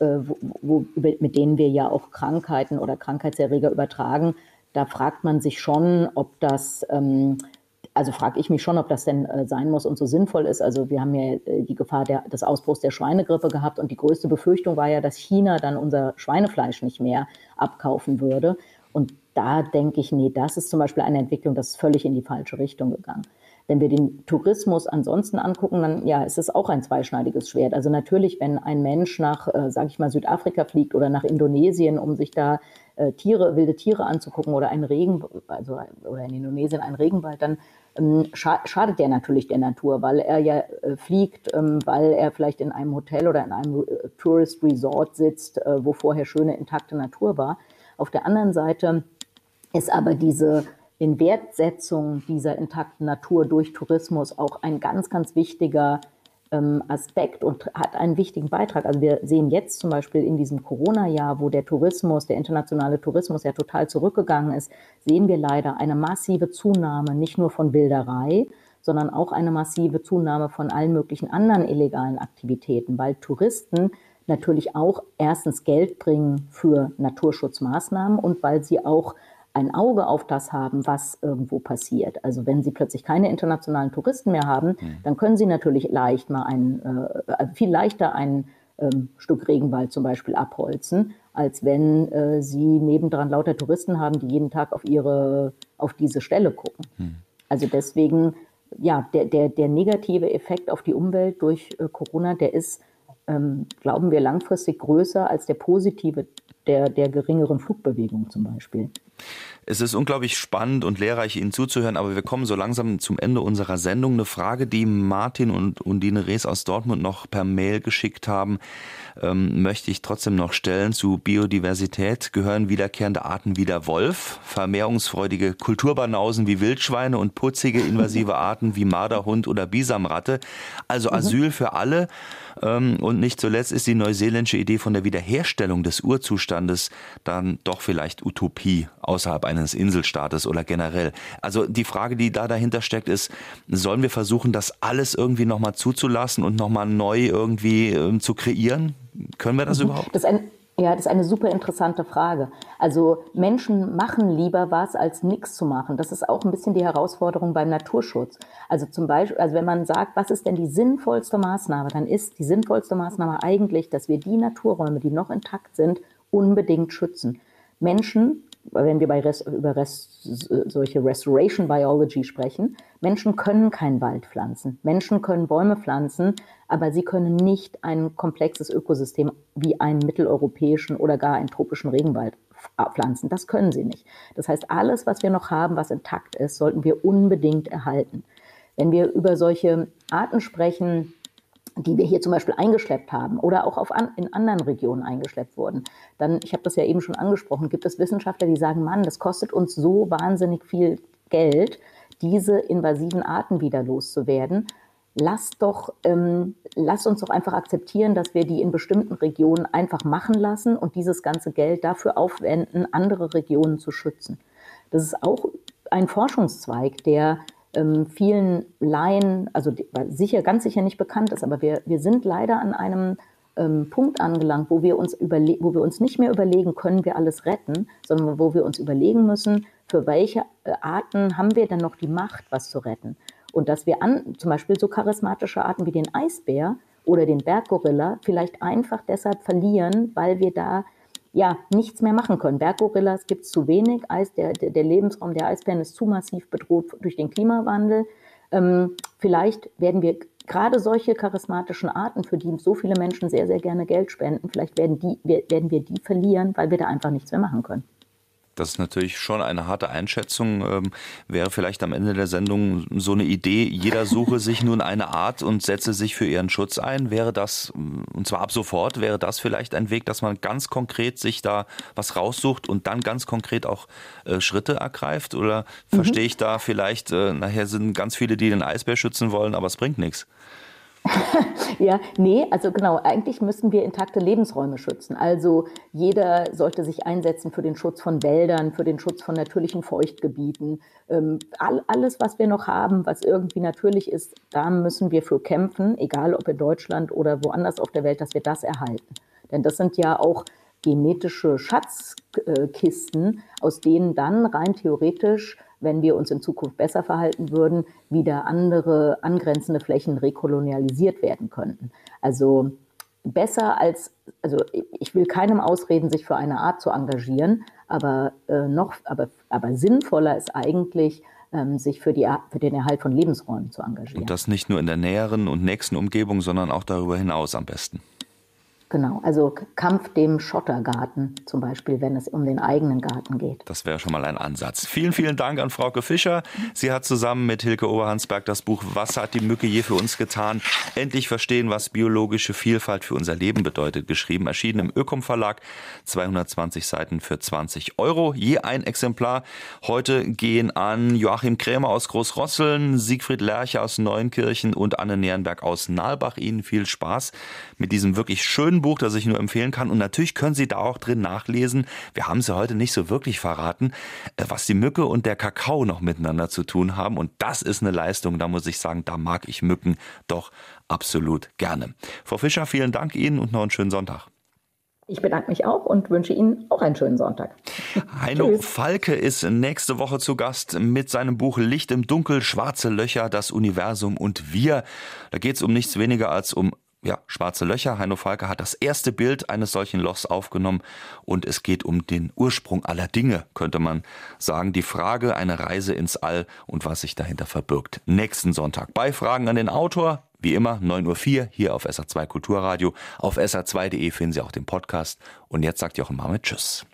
wo, wo, mit denen wir ja auch Krankheiten oder Krankheitserreger übertragen, da fragt man sich schon, ob das, ähm, also frage ich mich schon, ob das denn äh, sein muss und so sinnvoll ist. Also wir haben ja äh, die Gefahr der, des Ausbruchs der Schweinegrippe gehabt und die größte Befürchtung war ja, dass China dann unser Schweinefleisch nicht mehr abkaufen würde. Und da denke ich, nee, das ist zum Beispiel eine Entwicklung, das ist völlig in die falsche Richtung gegangen. Wenn wir den Tourismus ansonsten angucken, dann ja, ist es auch ein zweischneidiges Schwert. Also natürlich, wenn ein Mensch nach, äh, sage ich mal, Südafrika fliegt oder nach Indonesien, um sich da äh, Tiere, wilde Tiere anzugucken oder einen Regen, also oder in Indonesien einen Regenwald, dann ähm, scha schadet der natürlich der Natur, weil er ja äh, fliegt, ähm, weil er vielleicht in einem Hotel oder in einem äh, Tourist Resort sitzt, äh, wo vorher schöne intakte Natur war. Auf der anderen Seite ist aber diese Inwertsetzung dieser intakten Natur durch Tourismus auch ein ganz, ganz wichtiger ähm, Aspekt und hat einen wichtigen Beitrag. Also wir sehen jetzt zum Beispiel in diesem Corona-Jahr, wo der Tourismus, der internationale Tourismus ja total zurückgegangen ist, sehen wir leider eine massive Zunahme, nicht nur von Wilderei, sondern auch eine massive Zunahme von allen möglichen anderen illegalen Aktivitäten, weil Touristen natürlich auch erstens Geld bringen für Naturschutzmaßnahmen und weil sie auch ein Auge auf das haben, was irgendwo passiert. Also wenn Sie plötzlich keine internationalen Touristen mehr haben, mhm. dann können Sie natürlich leicht mal ein, äh, viel leichter ein ähm, Stück Regenwald zum Beispiel abholzen, als wenn äh, Sie nebendran lauter Touristen haben, die jeden Tag auf ihre, auf diese Stelle gucken. Mhm. Also deswegen, ja, der, der, der negative Effekt auf die Umwelt durch äh, Corona, der ist, ähm, glauben wir, langfristig größer als der positive der, der geringeren Flugbewegung zum Beispiel. Es ist unglaublich spannend und lehrreich, Ihnen zuzuhören, aber wir kommen so langsam zum Ende unserer Sendung. Eine Frage, die Martin und Undine Rees aus Dortmund noch per Mail geschickt haben, ähm, möchte ich trotzdem noch stellen. Zu Biodiversität gehören wiederkehrende Arten wie der Wolf, vermehrungsfreudige Kulturbanausen wie Wildschweine und putzige invasive Arten wie Marderhund oder Bisamratte. Also Asyl für alle. Ähm, und nicht zuletzt ist die neuseeländische Idee von der Wiederherstellung des Urzustandes dann doch vielleicht Utopie außerhalb eines Inselstaates oder generell. Also die Frage, die da dahinter steckt, ist, sollen wir versuchen, das alles irgendwie nochmal zuzulassen und nochmal neu irgendwie ähm, zu kreieren? Können wir das mhm. überhaupt? Das ist ein, ja, das ist eine super interessante Frage. Also Menschen machen lieber was, als nichts zu machen. Das ist auch ein bisschen die Herausforderung beim Naturschutz. Also zum Beispiel, also wenn man sagt, was ist denn die sinnvollste Maßnahme, dann ist die sinnvollste Maßnahme eigentlich, dass wir die Naturräume, die noch intakt sind, unbedingt schützen. Menschen, wenn wir bei Rest, über Rest, solche Restoration Biology sprechen, Menschen können keinen Wald pflanzen. Menschen können Bäume pflanzen, aber sie können nicht ein komplexes Ökosystem wie einen mitteleuropäischen oder gar einen tropischen Regenwald pflanzen. Das können sie nicht. Das heißt, alles, was wir noch haben, was intakt ist, sollten wir unbedingt erhalten. Wenn wir über solche Arten sprechen, die wir hier zum Beispiel eingeschleppt haben oder auch auf an, in anderen Regionen eingeschleppt wurden, dann, ich habe das ja eben schon angesprochen, gibt es Wissenschaftler, die sagen, Mann, das kostet uns so wahnsinnig viel Geld, diese invasiven Arten wieder loszuwerden. Lasst doch, ähm, lasst uns doch einfach akzeptieren, dass wir die in bestimmten Regionen einfach machen lassen und dieses ganze Geld dafür aufwenden, andere Regionen zu schützen. Das ist auch ein Forschungszweig, der ähm, vielen Laien, also die, sicher, ganz sicher nicht bekannt ist, aber wir, wir sind leider an einem ähm, Punkt angelangt, wo wir uns überle- wo wir uns nicht mehr überlegen, können wir alles retten, sondern wo wir uns überlegen müssen, für welche Arten haben wir denn noch die Macht, was zu retten. Und dass wir an, zum Beispiel so charismatische Arten wie den Eisbär oder den Berggorilla vielleicht einfach deshalb verlieren, weil wir da ja nichts mehr machen können. Berggorillas gibt es zu wenig, Eis, der, der, der Lebensraum der Eisbären ist zu massiv bedroht durch den Klimawandel. Ähm, vielleicht werden wir gerade solche charismatischen Arten, für die so viele Menschen sehr, sehr gerne Geld spenden, vielleicht werden, die, werden wir die verlieren, weil wir da einfach nichts mehr machen können. Das ist natürlich schon eine harte Einschätzung. Ähm, wäre vielleicht am Ende der Sendung so eine Idee, jeder suche sich nun eine Art und setze sich für ihren Schutz ein. Wäre das, und zwar ab sofort, wäre das vielleicht ein Weg, dass man ganz konkret sich da was raussucht und dann ganz konkret auch äh, Schritte ergreift? Oder mhm. verstehe ich da vielleicht, äh, nachher sind ganz viele, die den Eisbär schützen wollen, aber es bringt nichts? Ja, nee, also genau, eigentlich müssen wir intakte Lebensräume schützen. Also jeder sollte sich einsetzen für den Schutz von Wäldern, für den Schutz von natürlichen Feuchtgebieten. Ähm, all, alles, was wir noch haben, was irgendwie natürlich ist, da müssen wir für kämpfen, egal ob in Deutschland oder woanders auf der Welt, dass wir das erhalten. Denn das sind ja auch genetische Schatzkisten, aus denen dann rein theoretisch, wenn wir uns in Zukunft besser verhalten würden, wieder andere angrenzende Flächen rekolonialisiert werden könnten. Also besser als, also ich will keinem ausreden, sich für eine Art zu engagieren, aber äh, noch, aber, aber sinnvoller ist eigentlich, ähm, sich für, die, für den Erhalt von Lebensräumen zu engagieren. Und das nicht nur in der näheren und nächsten Umgebung, sondern auch darüber hinaus am besten. Genau, also Kampf dem Schottergarten zum Beispiel, wenn es um den eigenen Garten geht. Das wäre schon mal ein Ansatz. Vielen, vielen Dank an Frauke Fischer. Sie hat zusammen mit Hilke Oberhansberg das Buch Was hat die Mücke je für uns getan? Endlich verstehen, was biologische Vielfalt für unser Leben bedeutet, geschrieben. Erschienen im Ökom Verlag, zweihundertzwanzig Seiten für zwanzig Euro. Je ein Exemplar. Heute gehen an Joachim Krämer aus Großrosseln, Siegfried Lerche aus Neuenkirchen und Anne Nierenberg aus Nalbach. Ihnen viel Spaß mit diesem wirklich schönen Buch, das ich nur empfehlen kann. Und natürlich können Sie da auch drin nachlesen, wir haben es ja heute nicht so wirklich verraten, was die Mücke und der Kakao noch miteinander zu tun haben. Und das ist eine Leistung, da muss ich sagen, da mag ich Mücken doch absolut gerne. Frau Fischer, vielen Dank Ihnen und noch einen schönen Sonntag. Ich bedanke mich auch und wünsche Ihnen auch einen schönen Sonntag. Heino Falke ist nächste Woche zu Gast mit seinem Buch Licht im Dunkel, schwarze Löcher, das Universum und wir. Da geht es um nichts weniger als um Ja, schwarze Löcher. Heino Falke hat das erste Bild eines solchen Lochs aufgenommen und es geht um den Ursprung aller Dinge, könnte man sagen. Die Frage, eine Reise ins All und was sich dahinter verbirgt. Nächsten Sonntag bei Fragen an den Autor. Wie immer, neun Uhr vier hier auf S R zwei Kulturradio. Auf S R zwei Punkt de finden Sie auch den Podcast. Und jetzt sagt Jochen Marmit Tschüss.